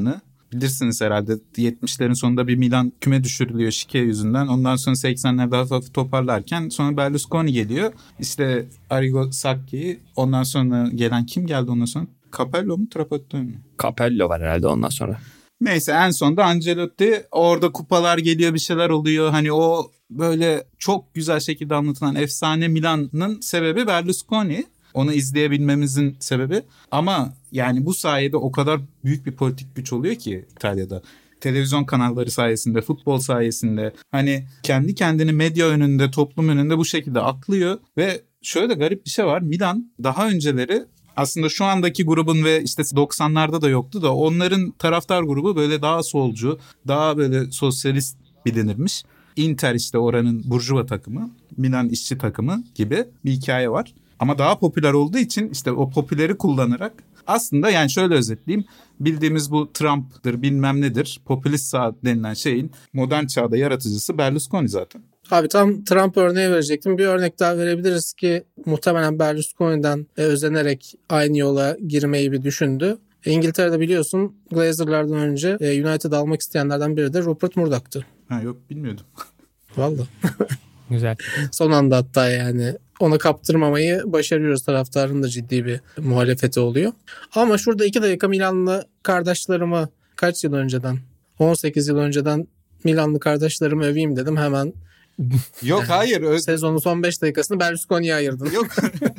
Bilirsiniz herhalde 70'lerin sonunda bir Milan küme düşürülüyor şike yüzünden. Ondan sonra 80'lerde hafif toparlarken sonra Berlusconi geliyor. İşte Arrigo Sacchi'yi, ondan sonra gelen kim geldi ondan sonra? Capello mu, Trapattoni mu? Capello var herhalde ondan sonra. Neyse en sonunda Ancelotti, orada kupalar geliyor, bir şeyler oluyor. Hani o böyle çok güzel şekilde anlatılan efsane Milan'ın sebebi Berlusconi. Onu izleyebilmemizin sebebi. Ama yani bu sayede o kadar büyük bir politik güç oluyor ki İtalya'da. Televizyon kanalları sayesinde, futbol sayesinde hani kendi kendini medya önünde, toplum önünde bu şekilde aklıyor. Ve şöyle de garip bir şey var. Milan daha önceleri aslında şu andaki grubun ve işte 90'larda da yoktu da onların taraftar grubu böyle daha solcu, daha böyle sosyalist bilinirmiş. Inter işte oranın burjuva takımı, Milan işçi takımı gibi bir hikaye var. Ama daha popüler olduğu için işte o popüleri kullanarak aslında yani şöyle özetleyeyim. Bildiğimiz bu Trump'tır bilmem nedir, popülist sağ denilen şeyin modern çağda yaratıcısı Berlusconi zaten. Abi tam Trump örneği verecektim. Bir örnek daha verebiliriz ki muhtemelen Berlusconi'den özenerek aynı yola girmeyi bir düşündü. İngiltere'de biliyorsun Glazer'lardan önce United almak isteyenlerden biri de Rupert Murdoch'tı. Ha yok, bilmiyordum. Vallahi. Güzel. Son anda hatta yani ona kaptırmamayı başarıyoruz. Taraftarın da ciddi bir muhalefeti oluyor. Ama şurada 2 dakika Milanlı kardeşlerimi kaç yıl önceden? 18 yıl önceden Milanlı kardeşlerimi öveyim dedim. Hemen Yok hayır. Sezonun son 5 dakikasını Berlusconi'ye ayırdın. Yok.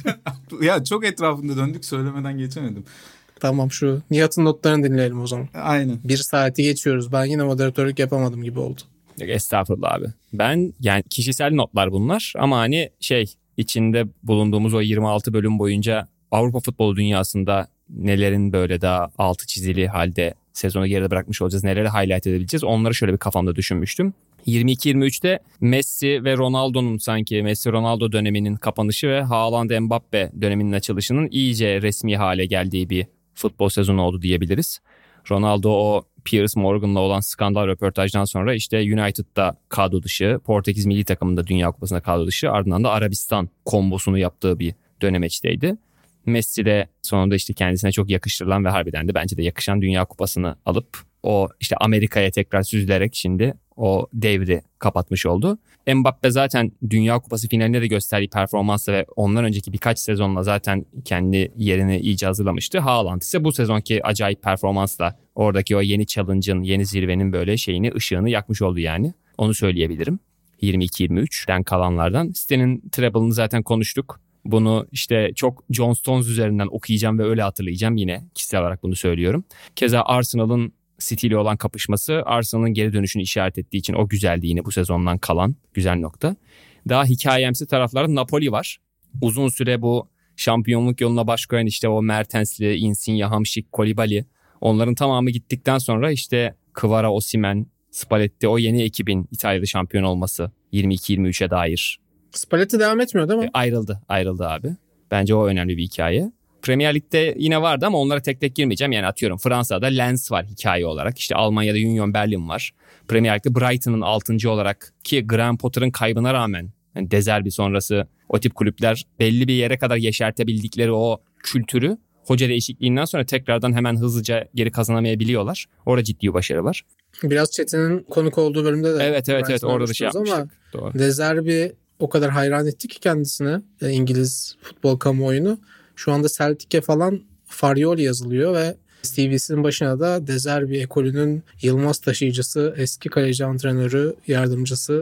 Ya çok etrafında döndük, söylemeden geçemedim. Tamam, şu Nihat'ın notlarını dinleyelim o zaman. Aynen. 1 saati geçiyoruz. Ben yine moderatörlük yapamadım gibi oldu. Estağfurullah abi. Ben yani kişisel notlar bunlar ama hani içinde bulunduğumuz o 26 bölüm boyunca Avrupa futbolu dünyasında nelerin böyle daha altı çizili halde sezonu geride bırakmış olacağız, neleri highlight edebileceğiz, onları şöyle bir kafamda düşünmüştüm. 22-23'te Messi ve Ronaldo'nun sanki Messi-Ronaldo döneminin kapanışı ve Haaland-Mbappe döneminin açılışının iyice resmi hale geldiği bir futbol sezonu oldu diyebiliriz. Ronaldo o Piers Morgan'la olan skandal röportajdan sonra işte United'da kadro dışı, Portekiz milli takımında Dünya Kupası'nda kadro dışı, ardından da Arabistan kombosunu yaptığı bir dönemeçteydi. Messi de sonunda işte kendisine çok yakıştırılan ve harbiden de bence de yakışan Dünya Kupası'nı alıp o işte Amerika'ya tekrar süzülerek şimdi o devri kapatmış oldu. Mbappe zaten Dünya Kupası finalinde de gösterdiği performansla ve ondan önceki birkaç sezonla zaten kendi yerini iyice hazırlamıştı. Haaland ise bu sezonki acayip performansla oradaki o yeni challenge'ın, yeni zirvenin böyle ışığını yakmış oldu yani. Onu söyleyebilirim. 22-23'den kalanlardan. City'nin treble'ını zaten konuştuk. Bunu işte çok John Stones üzerinden okuyacağım ve öyle hatırlayacağım, yine kişisel olarak bunu söylüyorum. Keza Arsenal'ın City ile olan kapışması Arsenal'ın geri dönüşünü işaret ettiği için o güzeldi, yine bu sezondan kalan güzel nokta. Daha hikayemsi taraflarda Napoli var. Uzun süre bu şampiyonluk yoluna baş koyan işte o Mertens'li, Insigne, Hamšík, Koulibaly, onların tamamı gittikten sonra işte Kvara, Osimhen, Spalletti, o yeni ekibin İtalya'da şampiyon olması 22-23'e dair. Spalletti devam etmiyor değil mi? Ayrıldı abi. Bence o önemli bir hikaye. Premier Lig'de yine vardı ama onlara tek tek girmeyeceğim. Yani atıyorum Fransa'da Lens var hikaye olarak. İşte Almanya'da Union Berlin var. Premier Lig'de Brighton'ın 6. olarak, ki Graham Potter'ın kaybına rağmen yani De Zerbi sonrası o tip kulüpler belli bir yere kadar yeşertebildikleri o kültürü hoca değişikliğinden sonra tekrardan hemen hızlıca geri kazanamayabiliyorlar. Orada ciddi bir başarı var. Biraz Çetin'in konuk olduğu bölümde de evet orada da şey yapmıştık. Ama doğru. De Zerbi o kadar hayran etti ki kendisine, İngiliz futbol kamuoyunu. Şu anda Celtic'e falan Farioli yazılıyor ve CV'sinin başına da De Zerbi ekolünün Yılmaz taşıyıcısı, eski kaleci antrenörü, yardımcısı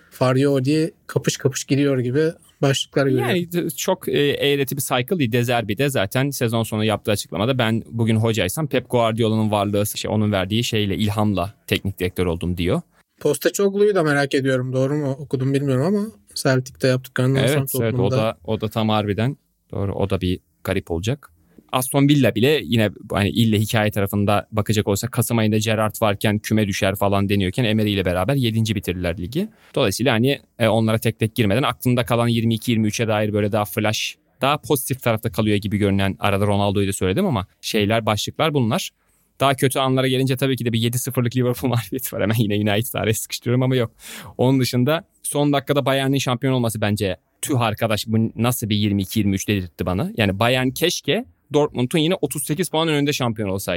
Farioli kapış kapış giriyor gibi başlıklar görüyorum. Yani çok eğreti bir cycle değil. De Zerbi de zaten sezon sonu yaptığı açıklamada ben bugün hocaysam Pep Guardiola'nın varlığı, onun verdiği şeyle, ilhamla teknik direktör oldum diyor. Postecoglou'yu da merak ediyorum. Doğru mu okudum bilmiyorum ama Celtic'te yaptıklarından sonra toplumda. Evet, o da tam harbiden doğru. O da bir garip olacak. Aston Villa bile yine hani ille hikaye tarafında bakacak olsak Kasım ayında Gerrard varken küme düşer falan deniyorken Emery ile beraber 7. bitirdiler ligi. Dolayısıyla hani onlara tek tek girmeden aklımda kalan 22-23'e dair böyle daha flash, daha pozitif tarafta kalıyor gibi görünen, arada Ronaldo'yu da söyledim ama başlıklar bunlar. Daha kötü anlara gelince tabii ki de bir 7-0'lık Liverpool mağlubiyeti var. Hemen yine United araya sıkıştırıyorum ama yok. Onun dışında son dakikada Bayern'in şampiyon olması bence tüh arkadaş, bu nasıl bir 22-23 dedirtti bana. Yani Bayern keşke Dortmund'un yine 38 puan önünde şampiyon olsaydı.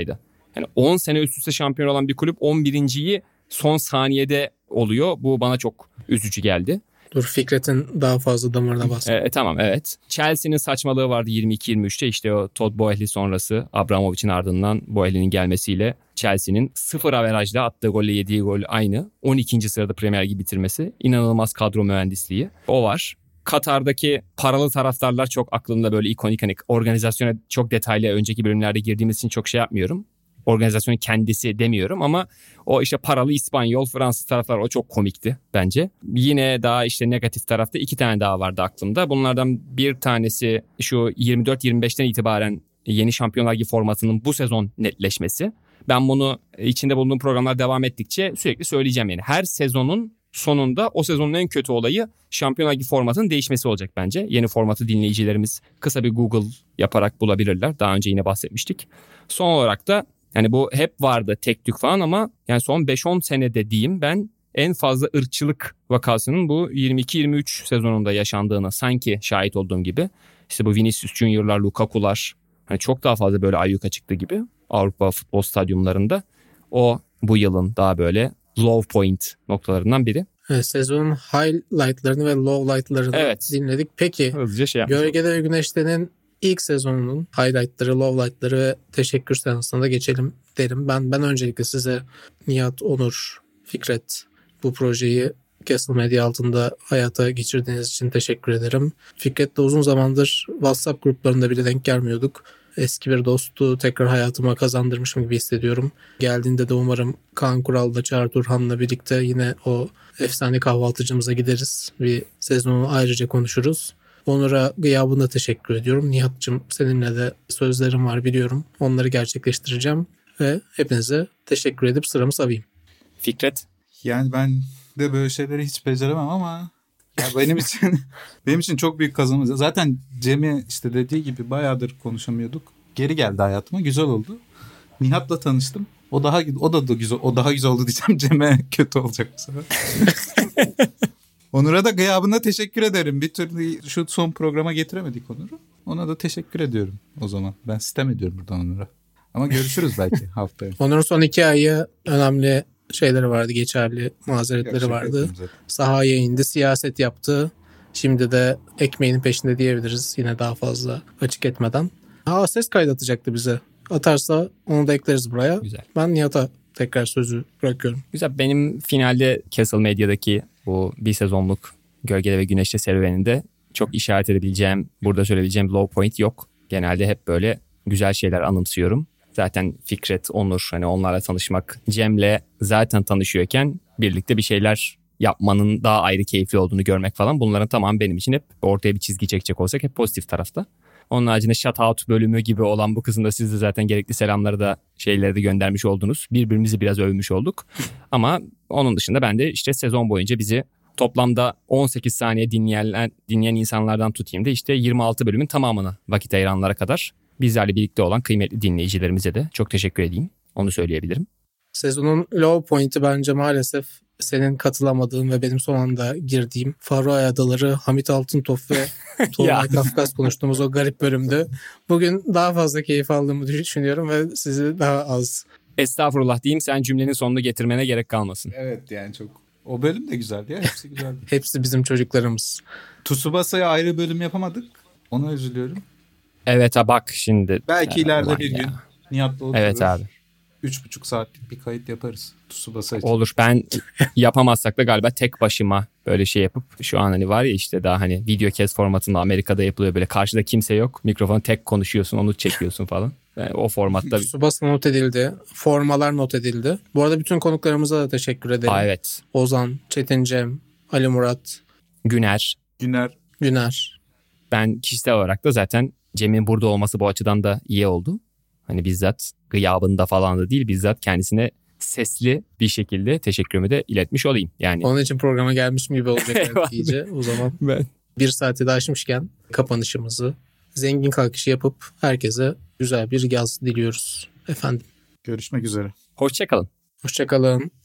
Yani 10 sene üst üste şampiyon olan bir kulüp 11.yi son saniyede oluyor. Bu bana çok üzücü geldi. Dur, Fikret'in daha fazla damarına basma. Tamam, evet. Chelsea'nin saçmalığı vardı 22-23'te. İşte o Todd Boehly sonrası Abramovich'in ardından Boehly'nin gelmesiyle Chelsea'nin 0 averajla attığı golle yediği gol aynı. 12. sırada Premier Ligi bitirmesi. İnanılmaz kadro mühendisliği. O var. Katar'daki paralı taraftarlar çok aklımda, böyle ikonik, hani organizasyona çok detaylı önceki bölümlerde girdiğimiz için çok şey yapmıyorum. Organizasyonun kendisi demiyorum ama o işte paralı İspanyol, Fransız taraftar, o çok komikti bence. Yine daha işte negatif tarafta 2 tane daha vardı aklımda. Bunlardan bir tanesi şu 24-25'ten itibaren yeni Şampiyonlar Ligi formatının bu sezon netleşmesi. Ben bunu içinde bulunduğum programlar devam ettikçe sürekli söyleyeceğim yani. Her sezonun sonunda o sezonun en kötü olayı Şampiyonlar Ligi formatının değişmesi olacak bence. Yeni formatı dinleyicilerimiz kısa bir Google yaparak bulabilirler. Daha önce yine bahsetmiştik. Son olarak da yani bu hep vardı tek tük falan ama yani son 5-10 senede diyeyim ben en fazla ırkçılık vakasının bu 22-23 sezonunda yaşandığına sanki şahit olduğum gibi. İşte bu Vinicius Junior'lar, Lukaku'lar, hani çok daha fazla böyle ayyuka çıktı gibi Avrupa futbol stadyumlarında. O bu yılın daha böyle low point noktalarından biri. Sezonun highlightlarını ve lowlightlarını dinledik. Peki Gölgede ve Güneşte'nin ilk sezonunun highlightları, lowlightları ve teşekkür seansına da geçelim derim. Ben öncelikle size Nihat, Onur, Fikret bu projeyi Castle Media altında hayata geçirdiğiniz için teşekkür ederim. Fikret'le uzun zamandır WhatsApp gruplarında bile denk gelmiyorduk. Eski bir dostu tekrar hayatıma kazandırmışım gibi hissediyorum. Geldiğinde de umarım Kaan Kural'la Çağrı Turhan'la birlikte yine o efsane kahvaltıcımıza gideriz. Bir sezonu ayrıca konuşuruz. Onur'a gıyabına teşekkür ediyorum. Nihat'cığım, seninle de sözlerim var biliyorum. Onları gerçekleştireceğim ve hepinize teşekkür edip sıramı savayım. Fikret? Yani ben de böyle şeyleri hiç beceremem ama ya benim için çok büyük kazanımız. Zaten Cem'i işte dediği gibi bayağıdır konuşamıyorduk. Geri geldi hayatıma. Güzel oldu. Nihat'la tanıştım. O daha güzel oldu diyeceğim. Cem'e kötü olacak bu sefer. Onur'a da gıyabına teşekkür ederim. Bir türlü şu son programa getiremedik Onur'u. Ona da teşekkür ediyorum o zaman. Ben sitem ediyorum buradan Onur'a. Ama görüşürüz belki haftaya. Onur'un son 2 ayı önemli şeyleri vardı. Geçerli mazeretleri vardı. Sahaya indi, siyaset yaptı. Şimdi de ekmeğinin peşinde diyebiliriz. Yine daha fazla açık etmeden. Ses kaydatacaktı bize. Atarsa onu da ekleriz buraya. Güzel. Ben Nihat'a tekrar sözü bırakıyorum. Güzel. Benim finalde Castle Media'daki bu bir sezonluk Gölgede ve Güneşte serüveninde çok işaret edebileceğim, burada söyleyebileceğim low point yok. Genelde hep böyle güzel şeyler anımsıyorum. Zaten Fikret, Onur, hani onlarla tanışmak, Cem'le zaten tanışıyorken birlikte bir şeyler yapmanın daha ayrı keyifli olduğunu görmek falan, bunların tamamı benim için hep ortaya bir çizgi çekecek olsak hep pozitif tarafta. Onun haricinde shout out bölümü gibi olan bu kısımda siz de zaten gerekli selamları da şeyleri de göndermiş oldunuz. Birbirimizi biraz övmüş olduk. Ama onun dışında ben de işte sezon boyunca bizi toplamda 18 saniye dinleyen insanlardan tutayım da işte 26 bölümün tamamına vakit ayıranlara kadar bizlerle birlikte olan kıymetli dinleyicilerimize de çok teşekkür edeyim. Onu söyleyebilirim. Sezonun low point'i bence maalesef senin katılamadığın ve benim son anda girdiğim Faroe Adaları, Hamit Altıntop ve Tolunay Kafkas konuştuğumuz o garip bölümdü. Bugün daha fazla keyif aldığımı düşünüyorum ve sizi daha az. Estağfurullah diyeyim, sen cümlenin sonunu getirmene gerek kalmasın. Evet yani çok. O bölüm de güzeldi ya. Hepsi güzeldi. Hepsi bizim çocuklarımız. Tsubasa'ya ayrı bölüm yapamadık. Ona üzülüyorum. Evet bak şimdi. Belki ileride bir gün Nihat'la oturur. Evet abi. 3,5 saatlik bir kayıt yaparız Tsubasa için. Olur, ben yapamazsak da galiba tek başıma böyle şey yapıp şu an hani var ya işte daha hani video kes formatında Amerika'da yapılıyor, böyle karşıda kimse yok, mikrofonu tek konuşuyorsun, onu çekiyorsun falan. Yani o formatta. Tsubasa not edildi, formalar not edildi. Bu arada bütün konuklarımıza da teşekkür ederim. Evet. Ozan, Çetin Cem, Ali Murat, Güner. Ben kişisel olarak da zaten Cem'in burada olması bu açıdan da iyi oldu. Hani bizzat gıyabında falan da değil, bizzat kendisine sesli bir şekilde teşekkürümü de iletmiş olayım. Yani onun için programa gelmişim gibi olacak iyice. O zaman bir saati de aşmışken kapanışımızı zengin kalkışı yapıp herkese güzel bir yaz diliyoruz efendim. Görüşmek üzere. Hoşça kalın. Hoşça kalın.